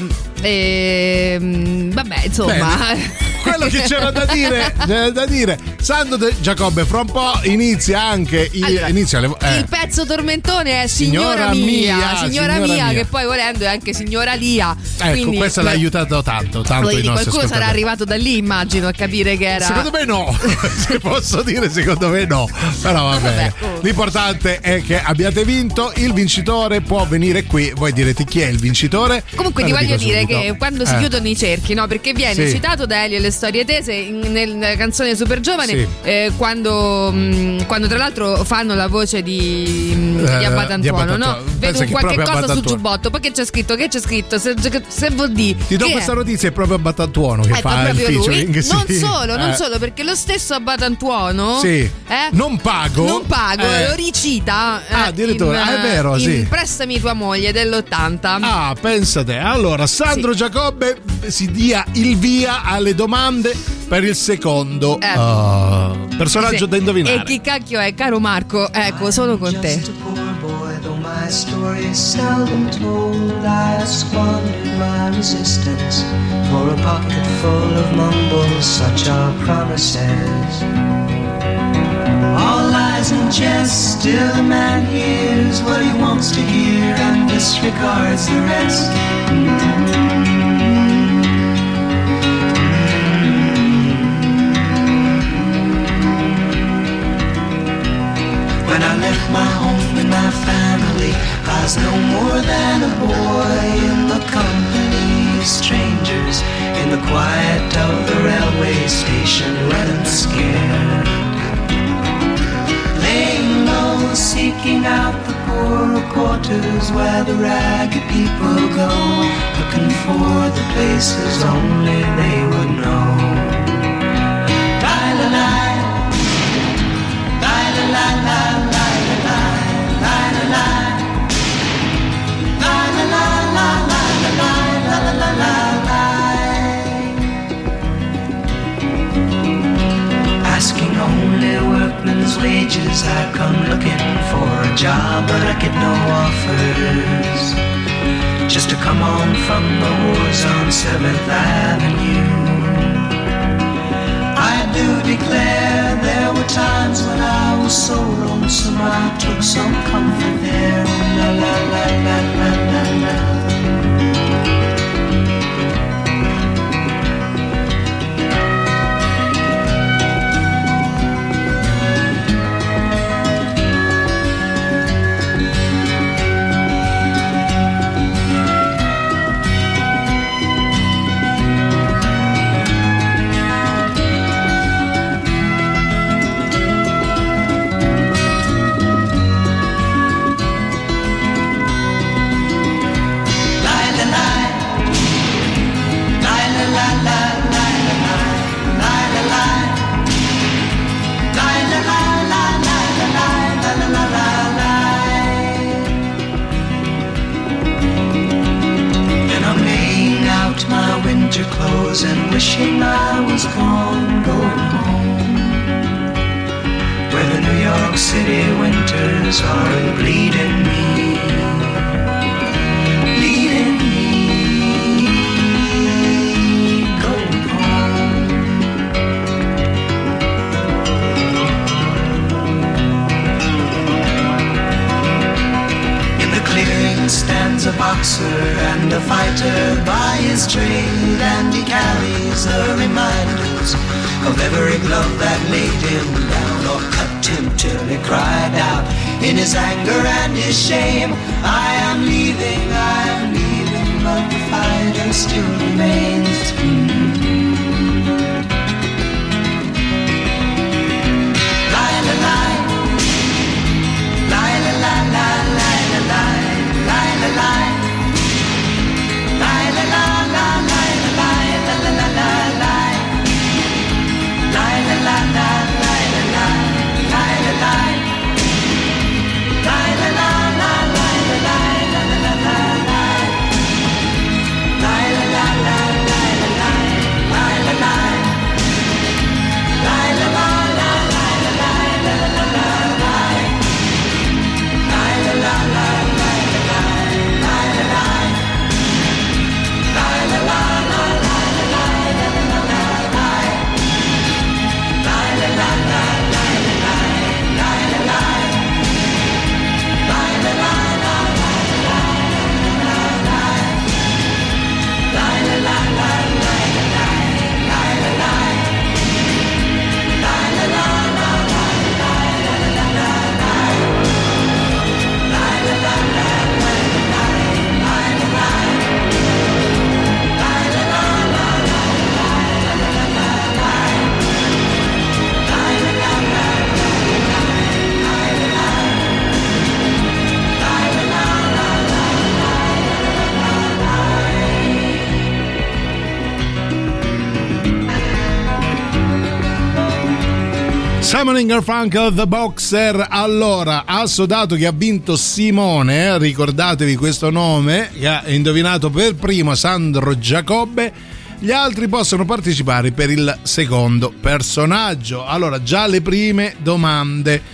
E, vabbè, insomma. Bene. Quello che c'era da dire, c'era da dire. Sandro De- Giacobbe, fra un po' inizia anche il, Allora, inizia le, eh. Il pezzo tormentone è Signora, Signora mia, mia, signora, signora mia, mia. che poi volendo è anche Signora Lia. Ecco, quindi, questo l'ha beh, aiutato tanto, tanto i quindi nostri qualcuno sarà ascoltatori. arrivato da lì, immagino, a capire che era. Secondo me no, se posso dire secondo me no, però va bene. L'importante è che abbiate vinto, il vincitore può venire qui, voi direte chi è il vincitore? Comunque Ve ti lo voglio dico dire subito. che quando si Eh. chiudono i cerchi, no? Perché viene Sì. citato da Elio e le storie tese in- nella canzone Super Giovane, Sì. eh, quando, mh, quando tra l'altro fanno la voce di, mh, Eh, di Abbatantuono, di Abbatantuono. no? Pensa Vedo che qualche proprio cosa sul Abbatantuono. giubbotto. Poi che c'è scritto? Che c'è scritto? Se, se vuol dire. Ti do che questa è? notizia, è proprio Abbatantuono che Ecco, fa il proprio lui. featuring. sì. Non solo, non Eh. solo, perché lo stesso Abbatantuono Sì. eh, Non pago. non pago, Eh. lo ricita. eh, Ah, addirittura, in, è vero, in sì. Prestami tua moglie dell'ottanta. Ah, pensa te. Allora, Sandro Giacobbe si dia il via alle domande per il secondo Eh. uh, personaggio Sì. da indovinare. E chi cacchio è? Caro Marco, ecco, sono con te. Just a poor boy, though my My story is seldom told. I have squandered my resistance for a pocket full of mumbles. Such are promises. All lies and jest. Still the man hears what he wants to hear and disregards the rest. When I left my home and my family, I was no more than a boy in the company of strangers, in the quiet of the railway station, running scared. Laying low, seeking out the poorer quarters where the ragged people go, looking for the places only they would know. La-la-la, la-la-la-la. Asking only workmen's wages, I come looking for a job, but I get no offers. Just to come on from the wars on seventh Avenue. I do declare there were times when I was so lonesome I took some comfort there. La la la la la la la. Clothes and wishing I was gone, going home, where the New York City winters are bleeding me, bleeding me, going home. In the clearing stands a boxer and a fighter by his trade, and he carries the reminders of every glove that laid him down or cut him till he cried out in his anger and his shame, I am leaving, I am leaving, but the fighter still remains. Summoning Garfunkel, The Boxer. Allora, assodato che ha vinto Simone, ricordatevi questo nome, che ha indovinato per primo Sandro Giacobbe. Gli altri possono partecipare per il secondo personaggio. Allora, già le prime domande.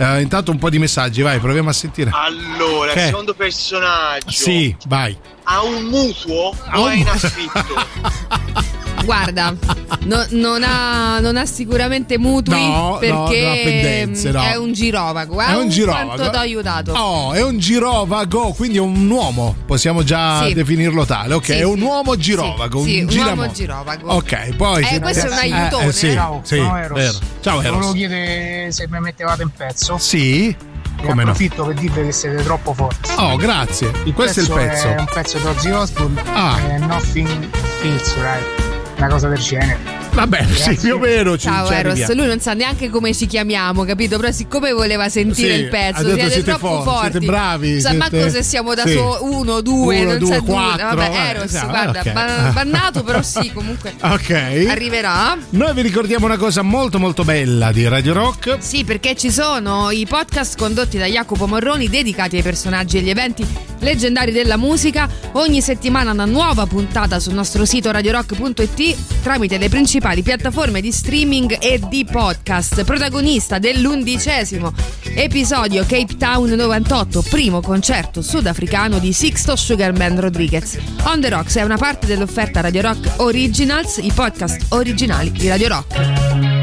Eh, intanto un po' di messaggi, vai, proviamo a sentire. Allora, Che? il secondo personaggio Sì, vai. ha un mutuo Ha o un è in mu- affitto? Guarda, no- non, ha, non ha sicuramente mutui No, no, perché non ha pendenze, no. è un girovago. È un girovago. Quanto ti ho aiutato? Oh, è un girovago, quindi è un uomo, possiamo già Sì. definirlo tale. Ok, Sì, è un sì. uomo girovago, Sì, un un giramo- uomo girovago. Ok, poi Eh, questo è un aiutone. Eh, eh, sì, Ciao, sì, sono Eros. vero. Ciao Volevo Eros. chiedere se mi mettevate in pezzo. Sì, E come no. approfitto per dirvi che siete troppo forti. Oh, grazie. Questo è il pezzo. È un pezzo di Ozzy Osbourne. Ah. È Nothing Feels Right. Una cosa del genere. Va bene, Grazie. sì, più o meno ci, Ciao ci Eros, arriviamo. lui non sa neanche come ci chiamiamo, capito? Però siccome voleva sentire Sì, il pezzo, ha detto siete, siete troppo forti, forti. siete bravi, Sa siete- manco se siamo da sì. solo uno, due, Uno, non due, sa due. quattro, Vabbè, vabbè, Eros, sì, guarda, ok. ba- bannato, però sì, comunque Ok. arriverà. Noi vi ricordiamo una cosa molto molto bella di Radio Rock. Sì, perché ci sono i podcast condotti da Jacopo Morroni dedicati ai personaggi e agli eventi leggendari della musica. Ogni settimana una nuova puntata sul nostro sito radiorock punto it tramite le principali piattaforme di streaming e di podcast. Protagonista dell'undicesimo episodio Cape Town novantotto, primo concerto sudafricano di Sixto Sugarman Rodriguez. On the Rocks è una parte dell'offerta Radio Rock Originals, i podcast originali di Radio Rock.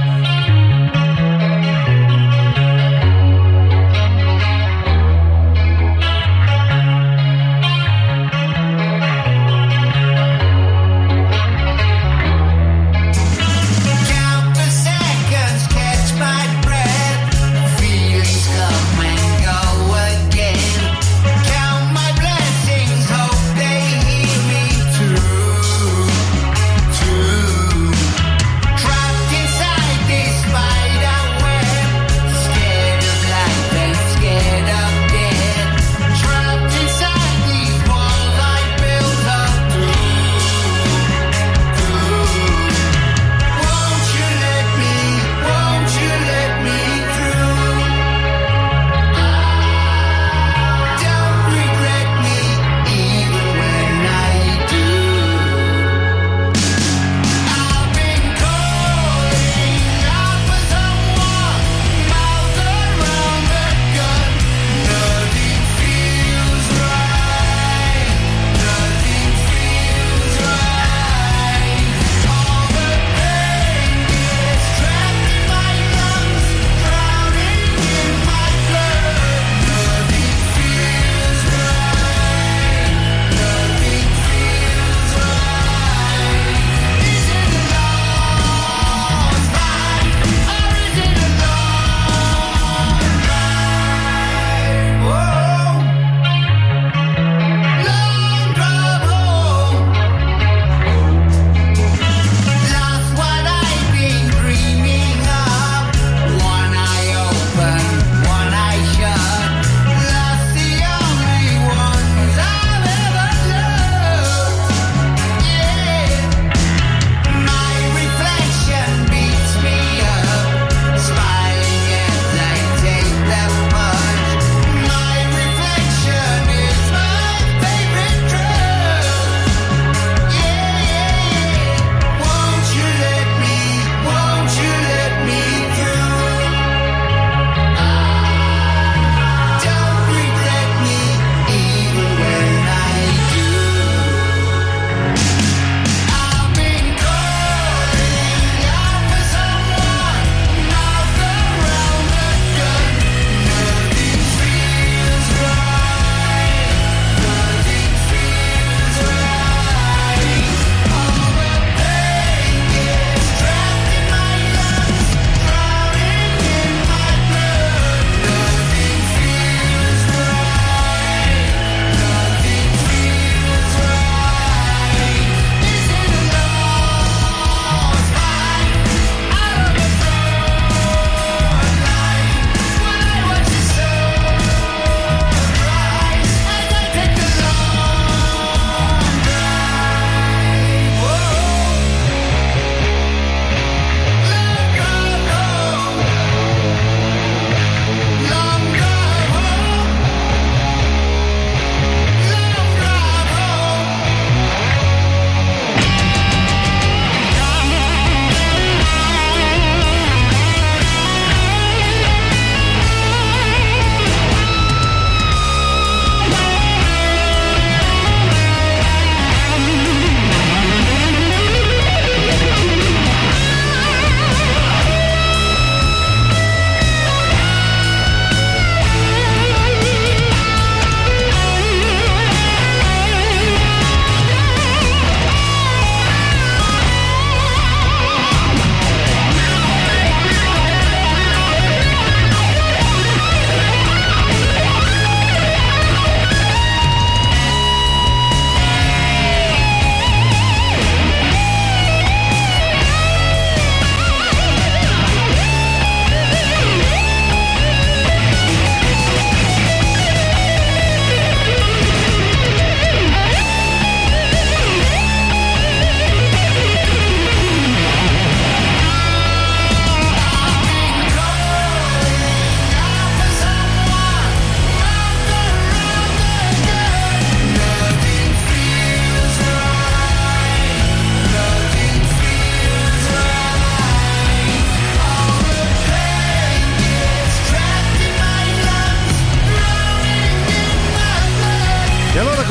Count the seconds, catch my breath. Feelings come and go again. Count my blessings, hope they hear me true, true. Trapped inside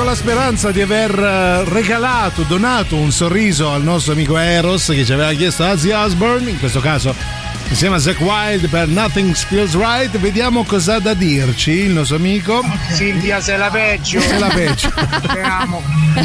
la speranza di aver eh, regalato, donato un sorriso al nostro amico Eros che ci aveva chiesto Ozzy Osbourne, in questo caso insieme a Zakk Wylde per Nothing Feels Right. Vediamo cosa ha da dirci il nostro amico. Silvia, sei la peggio. Sei la peggio. Te amo.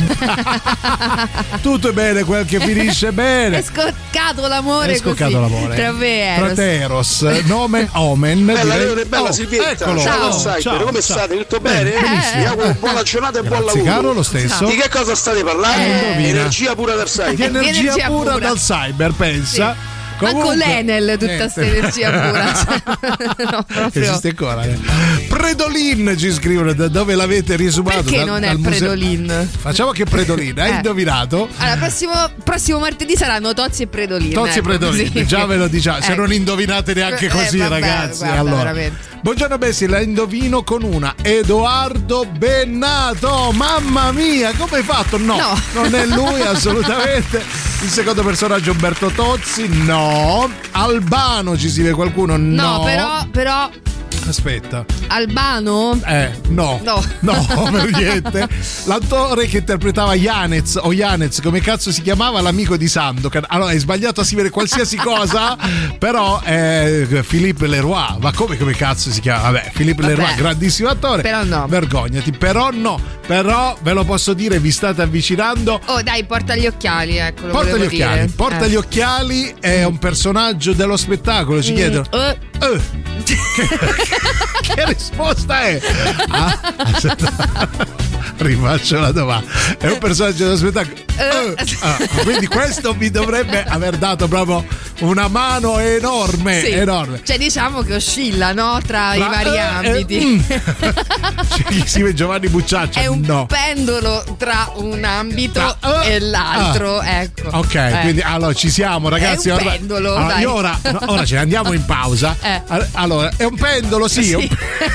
Tutto è bene quel che finisce bene. È scoccato l'amore È scoccato così, l'amore tra me e tra Eros. te Eros, nomen omen. Bella, direi- Leone, bella Oh, Silvietta. eccolo. Ciao, Ciao, Cyber, ciao, come ciao. state? Tutto Bene, bene? benissimo. Vi auguro buona giornata e buon Grazie, lavoro. caro, lo stesso. Di che cosa state parlando? Eh, indovina. Energia pura del Di cyber. energia, Energia pura, pura. dal cyber, pensa. Manco Comunque- l'Enel tutta Niente. questa energia pura. Cioè, no, proprio. Esiste ancora. eh. Predolin ci scrivono da dove l'avete risumato. Perché dal- non è dal museo- Predolin? Facciamo che Predolin, hai Eh. indovinato? Allora, prossimo, prossimo martedì saranno Tozzi e Predolin. Tozzi e ecco, Predolin, così. già ve lo diciamo, se Ecco. non indovinate neanche Eh, così, vabbè, ragazzi. guarda, allora. veramente. Buongiorno Bessi, la indovino con una Edoardo Bennato. Mamma mia, come hai fatto? No, No. non è lui assolutamente. Il secondo personaggio Umberto Tozzi, no. Albano ci si vede qualcuno? No. No, però, però Aspetta. Albano? Eh, no. No. No, per niente. L'attore che interpretava Yanez o Yanez, come cazzo si chiamava, l'amico di Sandokan. Allora, hai sbagliato a scrivere qualsiasi cosa, però è Philippe Leroy. Ma come come cazzo si chiama? Vabbè, Philippe Vabbè. Leroy, grandissimo attore. Però no. Vergognati, però no. Però ve lo posso dire, vi state avvicinando. Oh, dai, porta gli occhiali, ecco. lo Porta gli volevo occhiali, dire. porta Eh. gli occhiali, è un personaggio dello spettacolo, ci Mm, chiedono. eh. Eh. che, che risposta è? Ah, aspetta. Rifaccio la domanda. È un personaggio dello spettacolo. Eh. Ah, quindi questo mi dovrebbe aver dato proprio una mano enorme, Sì. enorme. Cioè, diciamo che oscilla, no? Tra, i Tra- vari eh, ambiti. eh, mm. C'è chi si vede Giovanni Bucciaccia? È un no. pendolo tra un ambito Tra- e l'altro, ah. ecco. Ok, Eh. quindi allora ci siamo, ragazzi. È un Ora- pendolo, allora, dai. io ora, no, ora ce ne andiamo in pausa. Eh. Allora, è un pendolo, sì. Sì. È un...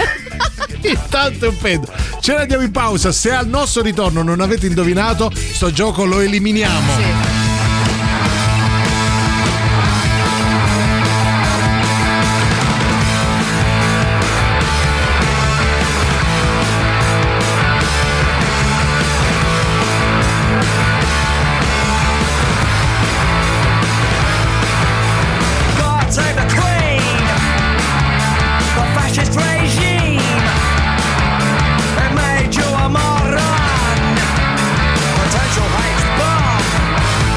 Intanto è un pendolo. Ce ne andiamo in pausa. Se al nostro ritorno non avete indovinato, sto gioco lo eliminiamo. Sì. God save the Queen, the fascist regime. It made you a moron, potential hate bomb.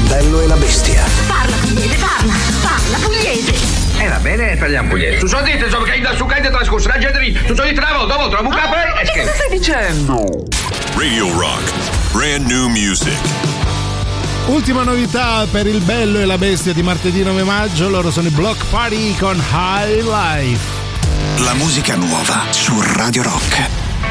bello e la bestia. Parla pugliese, parla, parla pugliese. Eh va bene, parliamo pugliese. Tu so dite, insomma, che da su caide trascorso la gente lì. Tu so dite una volta, dopo, tra capo e Che cosa stai dicendo? Radio Rock, brand new music. Ultima novità per il bello e la bestia di martedì nove maggio, loro sono i Block Party con High Life. La musica nuova su Radio Rock.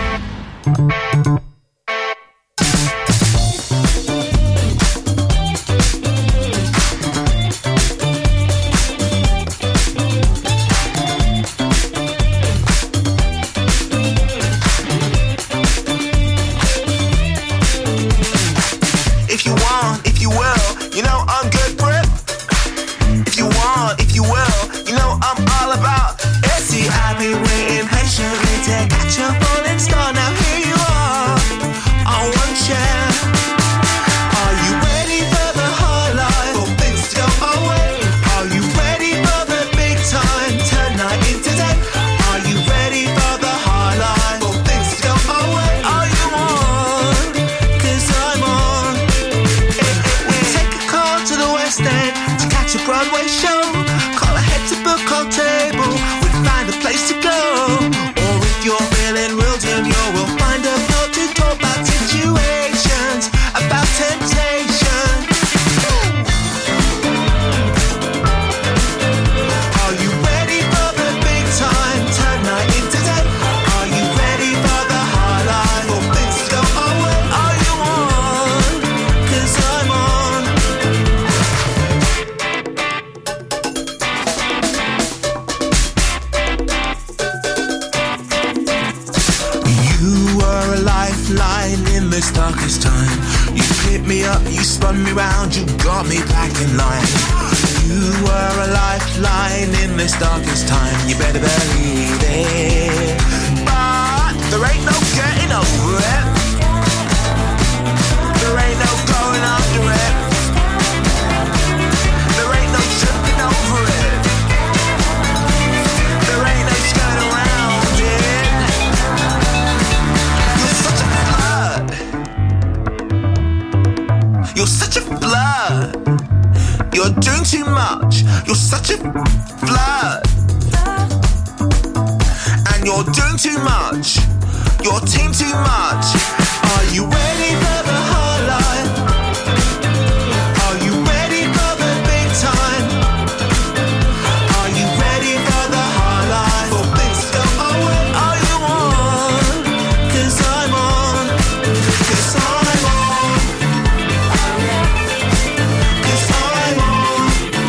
If you want, if you will, you know I'm good for it. If you want, if you will, you know I'm all about it. See, I've been waiting patiently to catch a falling star. Now here you are, on one chair. Are you ready for the high life? For things to go our way? Are you ready for the big time? Turn night into day. Are you ready for the high life? For things to go our way? Are you on? 'Cause I'm on. We take a car to the West End to catch a Broadway show. Call ahead to book our table. We find a place to go. Or if you're feeling real down, you will find a boat to talk about situations, about temptation. Are you ready for the big time? Turn night into day. Are you ready for the high life? Or things to go our way? Are you on? 'Cause I'm on. You were a lifeline in this darkest time. You picked me up, you spun me round, you got me back in line. You were a lifeline in this darkest time. You better believe it. But there ain't no getting over it. There ain't no going under it. There ain't no tripping over it. There ain't no skirting around it. You're such a flood. You're such a flood. You're doing too much. You're such a flood. And you're doing too much. Your team too much. Are you ready for the high life? Are you ready for the big time? Are you ready for the high life? For things to go our way? Are you on? 'Cause I'm on. 'Cause I'm on. 'Cause I'm on.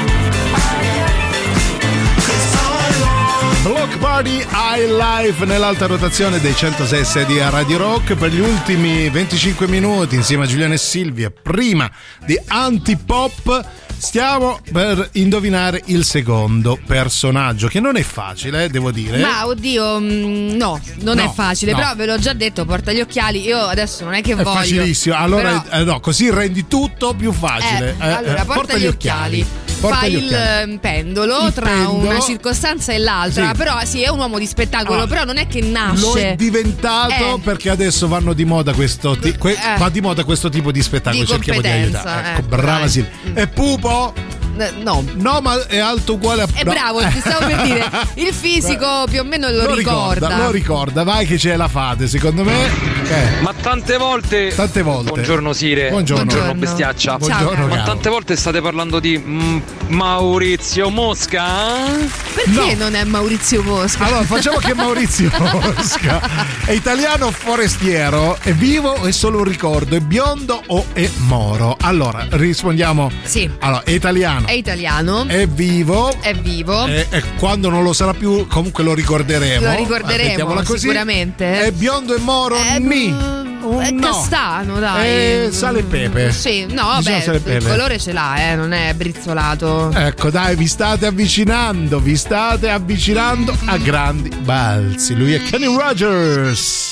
'Cause I'm on. Block Party High Life nell'alta rotazione dei centosei di Radio Rock per gli ultimi venticinque minuti insieme a Giuliano e Silvia, prima di Antipop. Stiamo per indovinare il secondo personaggio, che non è facile, eh, devo dire. Ma oddio, mh, no, non No, è facile, no. però ve l'ho già detto, porta gli occhiali. Io adesso non è che È voglio. facilissimo, allora però- eh, no, così rendi tutto più facile. Eh, allora, porta, gli occhiali. Porta Fa gli il occhiali. eh, pendolo Il tra pendolo. una circostanza e l'altra. Sì. Però sì, è un uomo di spettacolo, Ah. però non è che nasce. Lo è diventato Eh. perché adesso vanno di moda questo ti- que- Eh. va di moda questo tipo di spettacolo. Di Cerchiamo di competenza, aiutare. Ecco, ecco, brava dai. Silvia. E Pupo? Eh, No. No, ma è alto uguale a È no. bravo, ti stavo per dire. Il fisico più o meno lo, Lo ricorda. Lo ricorda, vai che ce la fate, secondo me. Eh. Ma tante volte. Tante volte. Buongiorno Sire. Buongiorno. Buongiorno bestiaccia. Buongiorno, Ma caro. tante volte state parlando di mm, Maurizio Mosca? Perché non è Maurizio Mosca? Allora, facciamo che Maurizio Mosca è italiano forestiero, è vivo o è solo un ricordo? È biondo o è moro? Allora, rispondiamo. Sì. Allora, è italiano. È italiano. È vivo. È vivo. E, e quando non lo sarà più, comunque lo ricorderemo. Lo ricorderemo, Mettiamola così. sicuramente. È biondo e moro? È, Ni. mm, è no. castano, dai. È sale e pepe. Sì, no, Diciamo vabbè, sale e il pepe. colore ce l'ha, eh, non è brizzolato. Ecco, dai, vi state avvicinando, vi state avvicinando a grandi balzi. Lui è Kenny Rogers.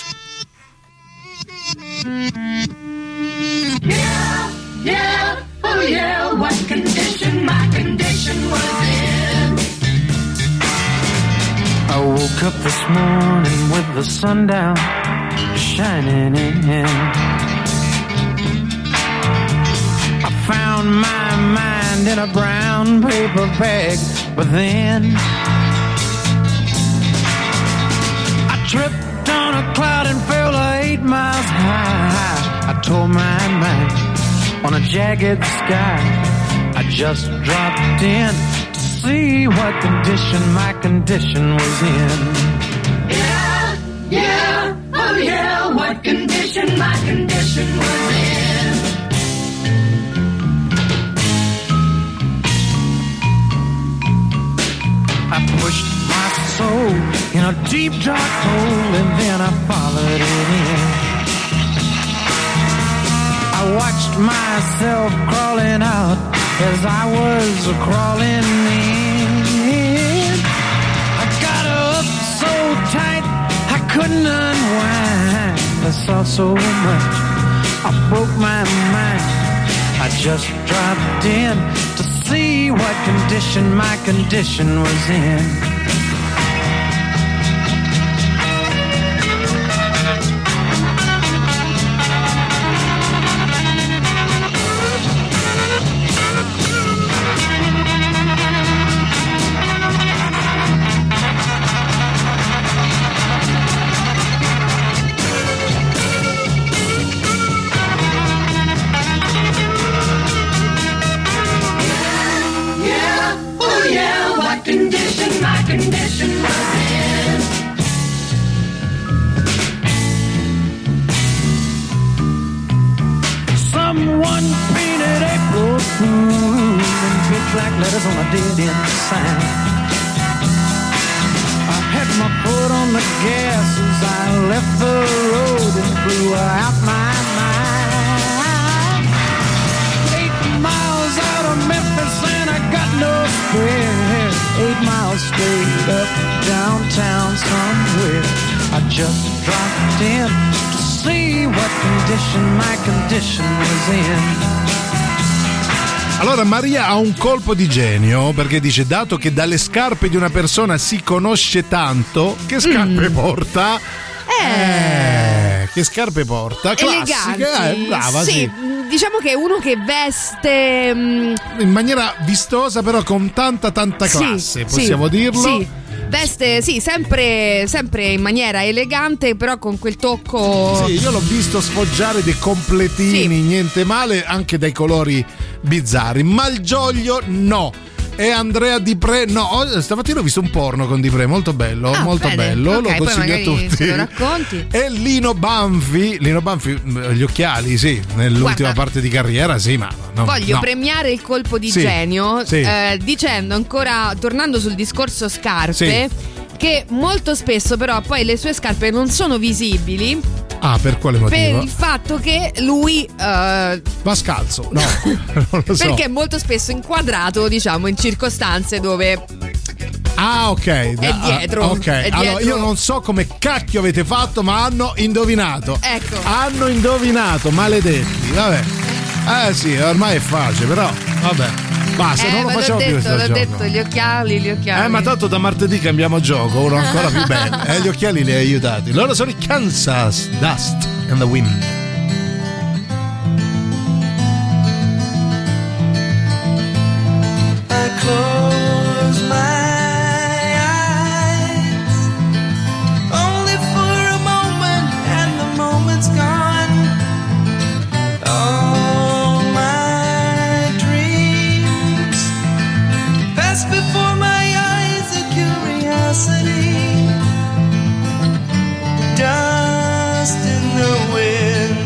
Yeah, yeah, oh yeah, what condition my condition was in. I woke up this morning with the sun down, shining in. I found on my mind in a brown paper bag. But then I tripped on a cloud and fell eight miles high. I tore my mind on a jagged sky. I just dropped in to see what condition my condition was in. Yeah, yeah, oh yeah, what condition my condition was in. I pushed my soul in a deep dark hole and then I followed it in. I watched myself crawling out as I was crawling in. I got up so tight I couldn't unwind. I saw so much, I broke my mind. I just dropped in to see what condition my condition was in. Condition my condition was in. Someone painted April Fool in big black letters on a dead end sign. I had my foot on the gas as I left the road and blew out my mind. Eight miles out of Memphis and I got no spare. Eight miles straight up downtown somewhere. I just dropped in to see what condition my condition was in. Allora Maria ha un colpo di genio perché dice: dato che dalle scarpe di una persona si conosce tanto, che scarpe Mm. porta? Eh, che scarpe porta? Classiche, Eleganti. eh, brava, sì, sì. Diciamo che è uno che veste mm, In maniera vistosa, però con tanta tanta sì, classe, possiamo sì, dirlo. Sì. Veste, sì, sempre, sempre in maniera elegante, però con quel tocco. Sì, io l'ho visto sfoggiare dei completini, Sì. niente male, anche dai colori bizzarri. Malgioglio no. E Andrea Di Pre, no, oh, stamattina ho visto un porno con Di Pre, molto bello, Ah, molto bene. bello, Ok, lo poi consiglio a magari tutti. se lo racconti. E Lino Banfi, Lino Banfi, gli occhiali, sì, nell'ultima Guarda, parte di carriera, sì, ma no, Voglio no. premiare il colpo di Sì, genio sì. eh, dicendo ancora, tornando sul discorso scarpe, che molto spesso però poi le sue scarpe non sono visibili Ah, per quale per motivo? il fatto che lui eh, Va scalzo, no, non lo so. perché è molto spesso inquadrato, diciamo, in circostanze dove Ah, ok. è dietro, Ah, ok. è Allora, dietro. io non so come cacchio avete fatto, ma hanno indovinato. Ecco. Hanno indovinato, maledetti. Vabbè. Eh sì, ormai è facile, però vabbè. Basta, eh, non lo ma facciamo l'ho più detto, questo l'ho gioco. detto, gli occhiali, gli occhiali. Eh, ma tanto da martedì cambiamo gioco, uno ancora più bello. Eh, gli occhiali li hai aiutati. Loro sono i Kansas Dust and the Wind. I close my eyes only for a moment, and the moment's gone. All my dreams pass before my eyes, a curiosity, dust in the wind.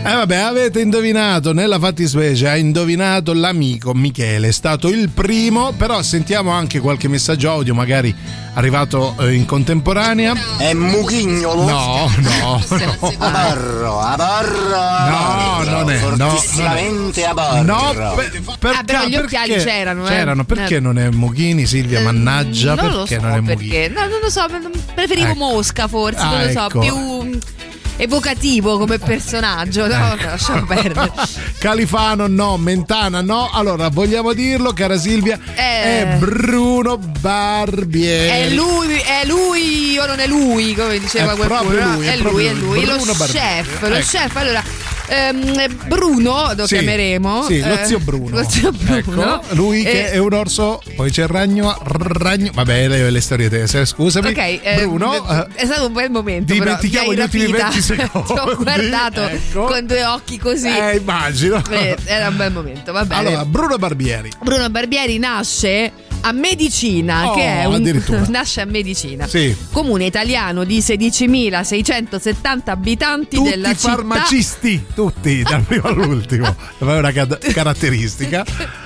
Eh vabbè, avete indovinato, nella fattispecie ha indovinato l'amico Michele, è stato il primo, però sentiamo anche qualche messaggio audio magari arrivato eh, in contemporanea. È Muchignolo? No, no, no. Abarro, abarro. No, non è, no, fortissimamente abarro. No, per, per, Ah, però gli occhiali perché- c'erano, eh. C'erano, perché Eh. non è Mughini, Silvia? Mannaggia, non lo perché so non è Mughini? perché. No, non lo so, preferivo Ecco. Mosca forse, Ah, non lo so, ecco. più evocativo come personaggio, no? Eh. Lasciamo perdere. Califano no, Mentana no. Allora, vogliamo dirlo, cara Silvia? Eh. È Bruno Barbieri. È lui, è lui o non è lui, come diceva È qualcuno? proprio no? lui, è è lui, proprio è lui, lui, lo Bruno Barbieri. chef, lo Ecco. chef. Allora, ehm, Bruno lo Sì, chiameremo. sì, lo eh, zio Bruno. Lo zio Bruno. Ecco, lui che Eh, è un orso, poi c'è il ragno, ragno. Vabbè, le, le storie tese, scusami. Ok, eh, Bruno. eh, è stato un bel momento. però, dimentichiamo mi gli hai ultimi rapita. venti secondi. Ti ho guardato Ecco. con due occhi così. Eh, immagino. Eh, era un bel momento, va bene. Allora, Bruno Barbieri. Bruno Barbieri nasce a Medicina, Oh, che è un addirittura. nasce a Medicina. Sì. Comune italiano di sedicimilaseicentosettanta abitanti Tutti della città. farmacisti, tutti, dal primo all'ultimo. È una ca- caratteristica.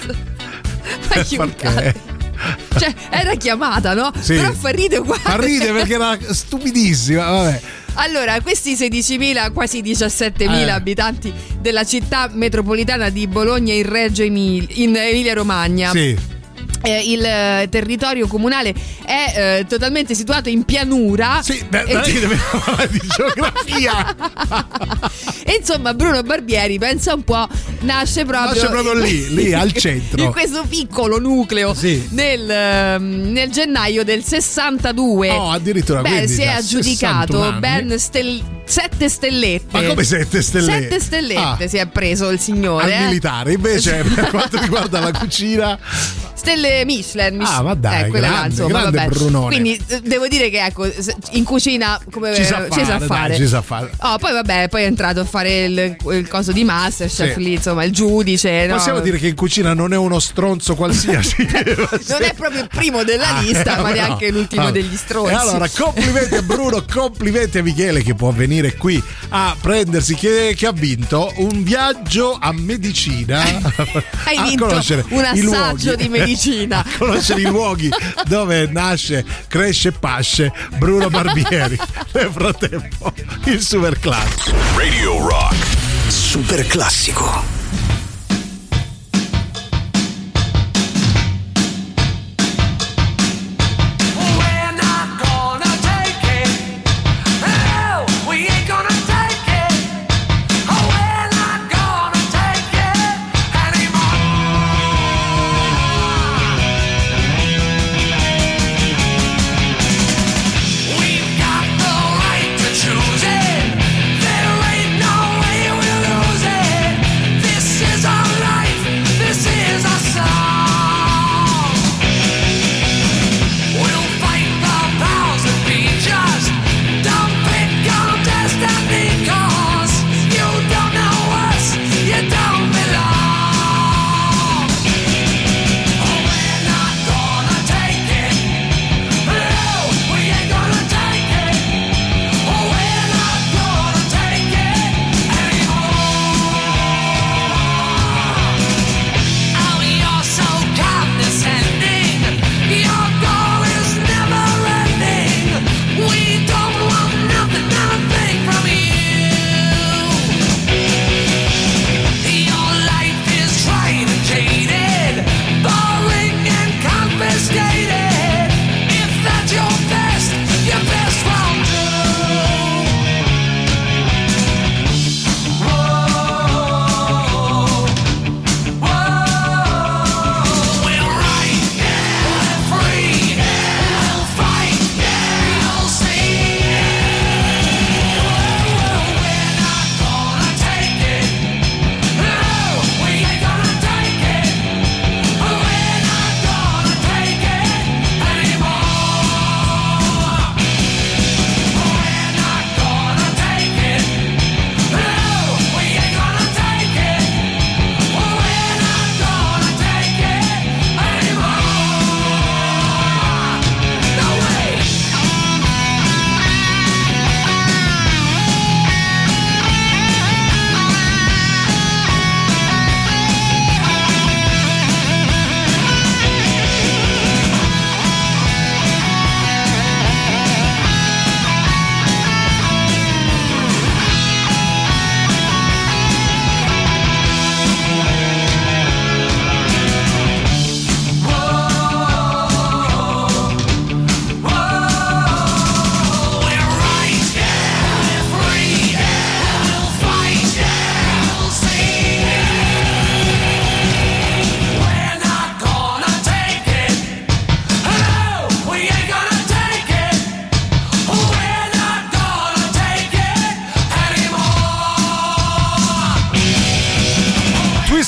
Perché? Cioè, era chiamata, no? Sì. Però fa ridere uguale. Fa ridere perché era stupidissima, vabbè. Allora, questi sedicimila, quasi diciassettemila Eh. abitanti della città metropolitana di Bologna in Reggio Emilia, in Emilia Romagna. Sì. Eh, il eh, territorio comunale è eh, totalmente situato in pianura. Sì, beh, e, non è che dobbiamo parlare di geografia. e insomma, Bruno Barbieri, pensa un po', nasce proprio, Nasce proprio lì, lì, al centro. in questo piccolo nucleo Sì. nel, ehm, nel gennaio del sessantadue. Oh, addirittura, Beh, quindi si è da aggiudicato sessantuno anni. ben stel- sette stellette. Ma come sette stellette? Sette stellette Ah. si è preso il signore. Al eh. militare, invece, per quanto riguarda la cucina, Stelle Michelin. Ah, ma dai, eh, quella là, grande, insomma, grande vabbè. Brunone. Quindi eh, devo dire che ecco, se- in cucina come ci sa eh, fare, ci sa dai, fare. ci sa fare. Oh, poi vabbè, poi è entrato a fare il, il coso di Masterchef Sì. lì, insomma, il giudice. no? possiamo dire che in cucina non è uno stronzo qualsiasi. Non è proprio il primo della Ah, lista, eh, ma no. neanche l'ultimo Ah. degli stronzi. E allora, complimenti a Bruno, complimenti a Michele che può venire qui a prendersi, che, che ha vinto un viaggio a Medicina. Hai a vinto conoscere un i assaggio luoghi. di medicina. A conoscere i luoghi dove nasce, cresce e pasce Bruno Barbieri. Nel frattempo, il super classico. Radio Rock. Super classico. We're not gonna take it. Oh, we ain't gonna take it. Oh, we're not gonna take it anymore. We've got the right to choose it. There ain't no way we'll lose it.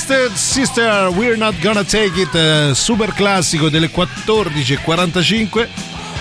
Twisted Sister, We're Not Gonna Take It, eh, super classico delle quattordici e quarantacinque.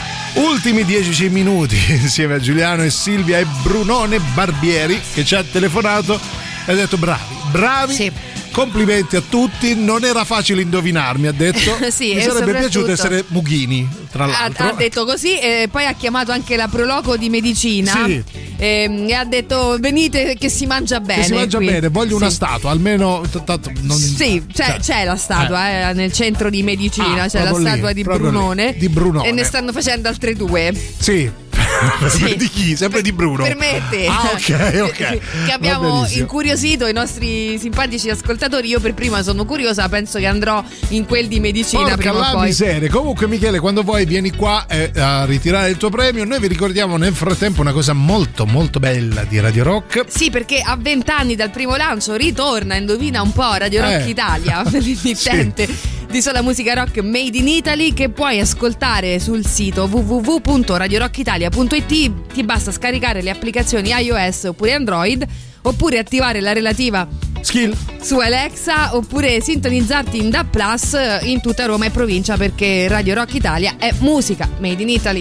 Ultimi dieci minuti insieme a Giuliano e Silvia e Brunone Barbieri, che ci ha telefonato e ha detto bravi, bravi. Sì. Complimenti a tutti, non era facile indovinarmi, ha detto. Sì, mi sarebbe piaciuto essere Mughini, tra l'altro. Ha, ha detto così e poi ha chiamato anche la Proloco di medicina. Sì. E, e ha detto venite che si mangia bene. Che si mangia qui. bene, voglio sì. una statua, almeno t- t- non... Sì, c'è, cioè, c'è la statua eh. Eh, nel centro di medicina, ah, c'è la statua lì, di Brunone, lì, di Brunone. E ne stanno facendo altre due. Sì. Sì. Di chi? Sempre di Bruno. Permette. Ah, ok, ok. Che abbiamo incuriosito i nostri simpatici ascoltatori. Io per prima sono curiosa, penso che andrò in quel di medicina. Porca prima la o poi. miseria. Comunque Michele, quando vuoi vieni qua eh, a ritirare il tuo premio. Noi vi ricordiamo nel frattempo una cosa molto molto bella di Radio Rock. Sì, perché a vent'anni dal primo lancio ritorna, indovina un po', Radio Rock eh. Italia, l'emittente sì. di sola musica rock made in Italy, che puoi ascoltare sul sito w w w punto radio rock italia punto i t. Ti basta scaricare le applicazioni iOS oppure Android, oppure attivare la relativa skill su Alexa, oppure sintonizzarti in D A B plus in tutta Roma e provincia, perché Radio Rock Italia è musica made in Italy.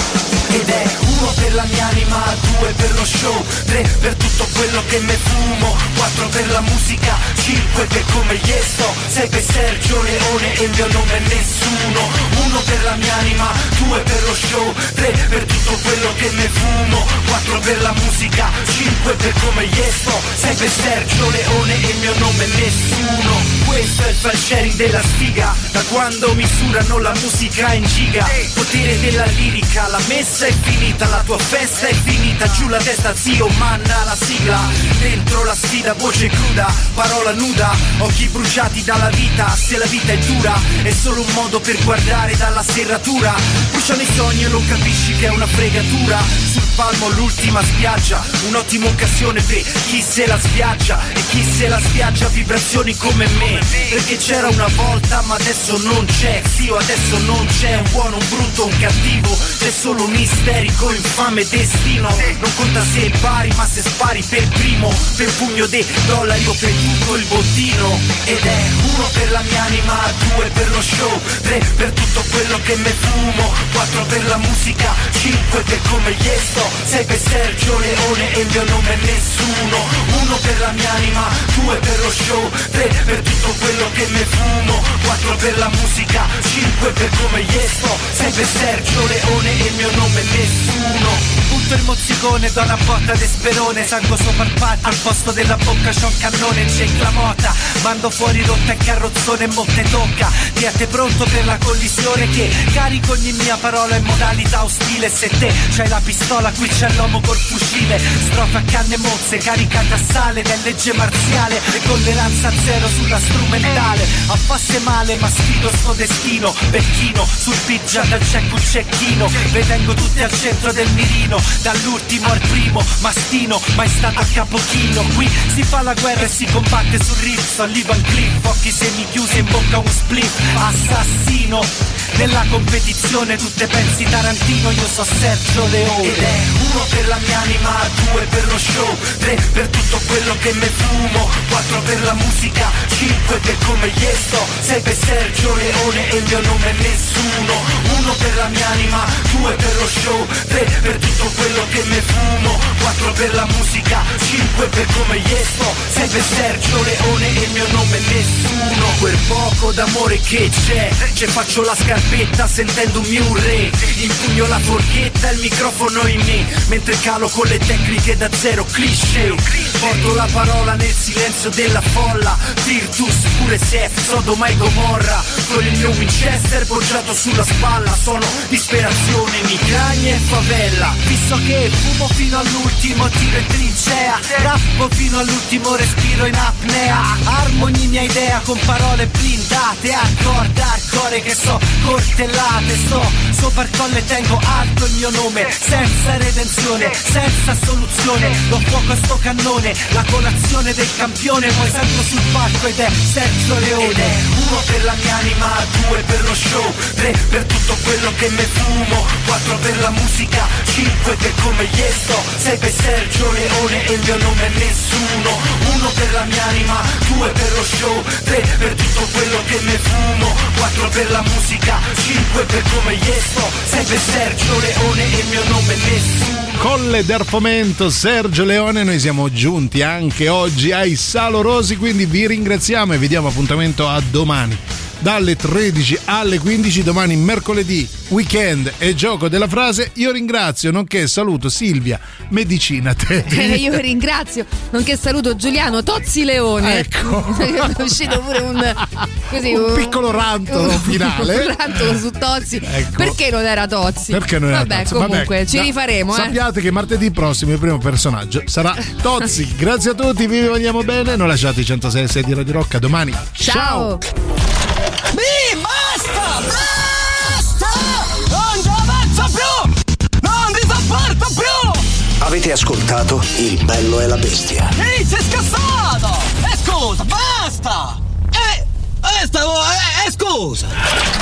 Ed è uno per la mia anima, due per lo show, tre per tutto quello che me fumo, quattro per la musica, cinque per come gli sto, sei per Sergio Leone e il mio nome è nessuno. Uno per la mia anima, due per lo show, tre per tutto quello che me fumo, quattro per la musica, cinque per come gli sto, sei per Sergio Leone e il mio nome è nessuno. Questo è il file sharing della sfiga, da quando misurano la musica in giga. Potere della lirica, la messa è finita, la tua festa è finita, giù la testa zio, manna la sigla. Dentro la sfida, voce cruda, parola nuda, occhi bruciati dalla vita. Se la vita è dura, è solo un modo per guardare dalla serratura. Bruciano i sogni e non capisci che è una fregatura. Sul palmo l'ultima spiaggia, un'ottima occasione per chi se la spiaggia. E chi se la spiaggia vibrazioni come me, perché c'era una volta ma adesso non c'è. Zio, adesso non c'è un buono, un brutto, un cattivo, c'è solo un isterico, infame destino. Non conta se pari ma se spari per primo, per pugno dei dollari o per tutto il bottino. Ed è uno per la mia anima, due per lo show, tre per tutto quello che me fumo, quattro per la musica, cinque per come gli sto, sei per Sergio Leone e il mio nome è nessuno. Uno per la mia anima, due per lo show, tre per tutto quello che me fumo, quattro per la musica, cinque per come gli sto, sei per Sergio Leone e il mio nome è nessuno. Butto il mozzicone, do una botta de sperone, sangue sopra il patto, al posto della bocca c'ho un cannone, c'è la mota, mando fuori rotta e carrozzone e molte tocca. Tiate pronto per la collisione che carico ogni mia parola in modalità ostile. Se te c'hai la pistola, qui c'è l'uomo col fucile, strofa a canne mozze, caricata a sale del legge marziale, e tolleranza zero sulla strumentale. Affasse male ma sfido sto destino, becchino sul piggia dal cecco un cecchino, vedengo tutti al centro del mirino, dall'ultimo al primo, mastino, mai stato a capochino. Qui si fa la guerra e si combatte sul riff, Sullivan Cliff, occhi semichiusi in bocca un split, assassino. Nella competizione tutte pensi Tarantino, io so Sergio Leone. Ed è uno per la mia anima, due per lo show, tre per tutto quello che me fumo, quattro per la musica, cinque per come gli sto, sei per Sergio Leone e il mio nome è nessuno. Uno per la mia anima, due per lo show, tre per tutto quello che me fumo, quattro per la musica, cinque per come gli sto, sei per Sergio Leone e il mio nome è nessuno. Quel poco d'amore che c'è, ci faccio la scarpetta sentendo un mio re, impugno la forchetta e il microfono in me, mentre calo con le tecniche da zero cliché. Porto la parola nel silenzio della folla, Virtus pure se Sodoma e Gomorra, con il mio Winchester poggiato sulla spalla, sono disperazione, migragne e favela. Visto che fumo fino all'ultimo, tiro in trincea, rappo fino all'ultimo respiro in apnea, armo ogni mia idea con parole blindate, hardcore, hardcore che so coltellate, sto sopra il colle, tengo alto il mio nome, senza redenzione, senza soluzione, do fuoco a sto cannone, la colazione del campione, poi salgo sul palco ed è Sergio Leone. Ed è uno per la mia anima, due per lo show, tre per tutto quello che me fumo, quattro per la musica, cinque per come gli sto, sei per Sergio Leone e il mio nome è nessuno. Uno per la mia anima, due per lo show, tre per tutto quello che ne fumo, quattro per la musica, cinque per come gli sto, sei per Sergio Leone e il mio nome è nessuno. Colle del Fomento, Sergio Leone, noi siamo giunti anche oggi ai Salorosi, quindi vi ringraziamo e vi diamo appuntamento a domani dalle tredici alle quindici, domani mercoledì, weekend e gioco della frase. Io ringrazio, nonché saluto Silvia Medicina Teti. Eh, io ringrazio, nonché saluto Giuliano Tozzi Leone. Ecco. È uscito pure un, così, un piccolo rantolo un, finale. Un rantolo su Tozzi. Ecco. Perché non era Tozzi? Perché non era Vabbè, Tozzi? comunque Vabbè, ci sa- rifaremo. Eh. Sappiate che martedì prossimo il primo personaggio sarà Tozzi. Grazie a tutti, vi vogliamo bene. Non lasciate i centosei e sei di Radio Rock. A domani. Ciao. Mi basta! Basta! Non ci avanzo più! Non vi sopporto più! Avete ascoltato Il Bello e la Bestia? Ehi, sei scassato! E scusa, basta! Eh, eh, stavo, eh, eh, scusa!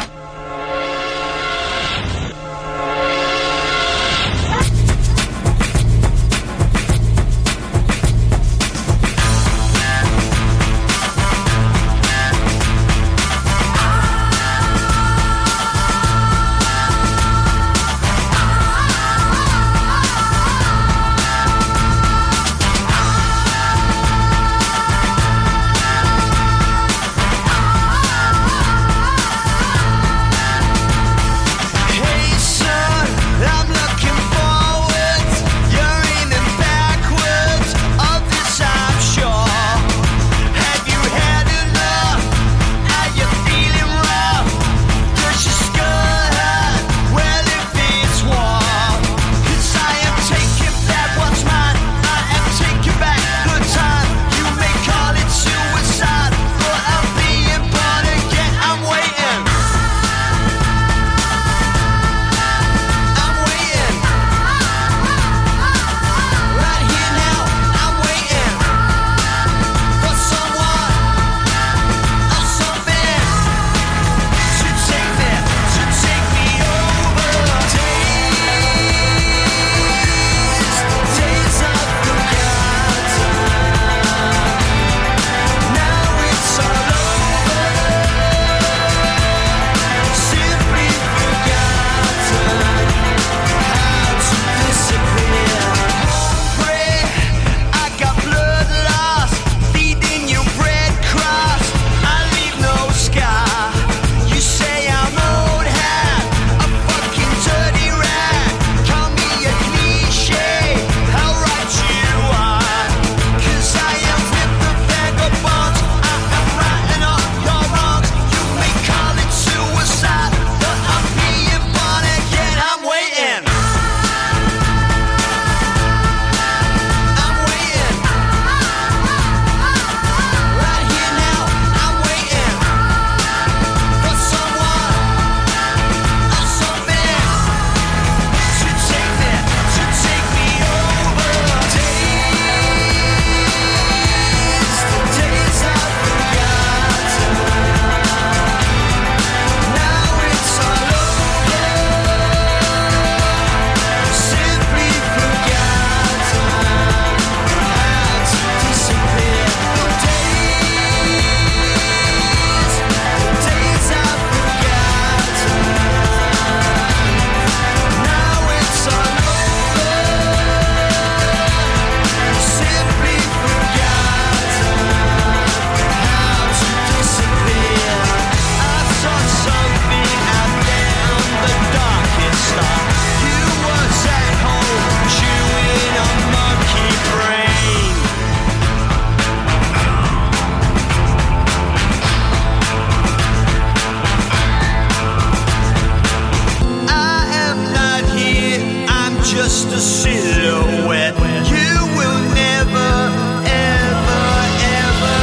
just a silhouette. You will never, ever, ever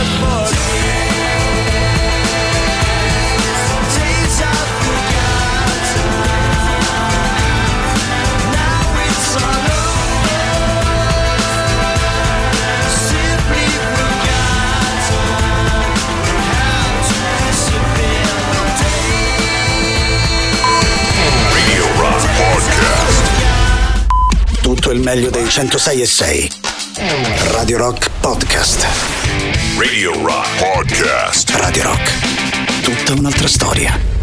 forget. Days I've forgotten. Now it's all over. Simply forgotten how to disappear. Radio Rock Podcast. Tutto il meglio dei centosei e sei. Radio Rock Podcast. Radio Rock Podcast. Radio Rock. Tutta un'altra storia.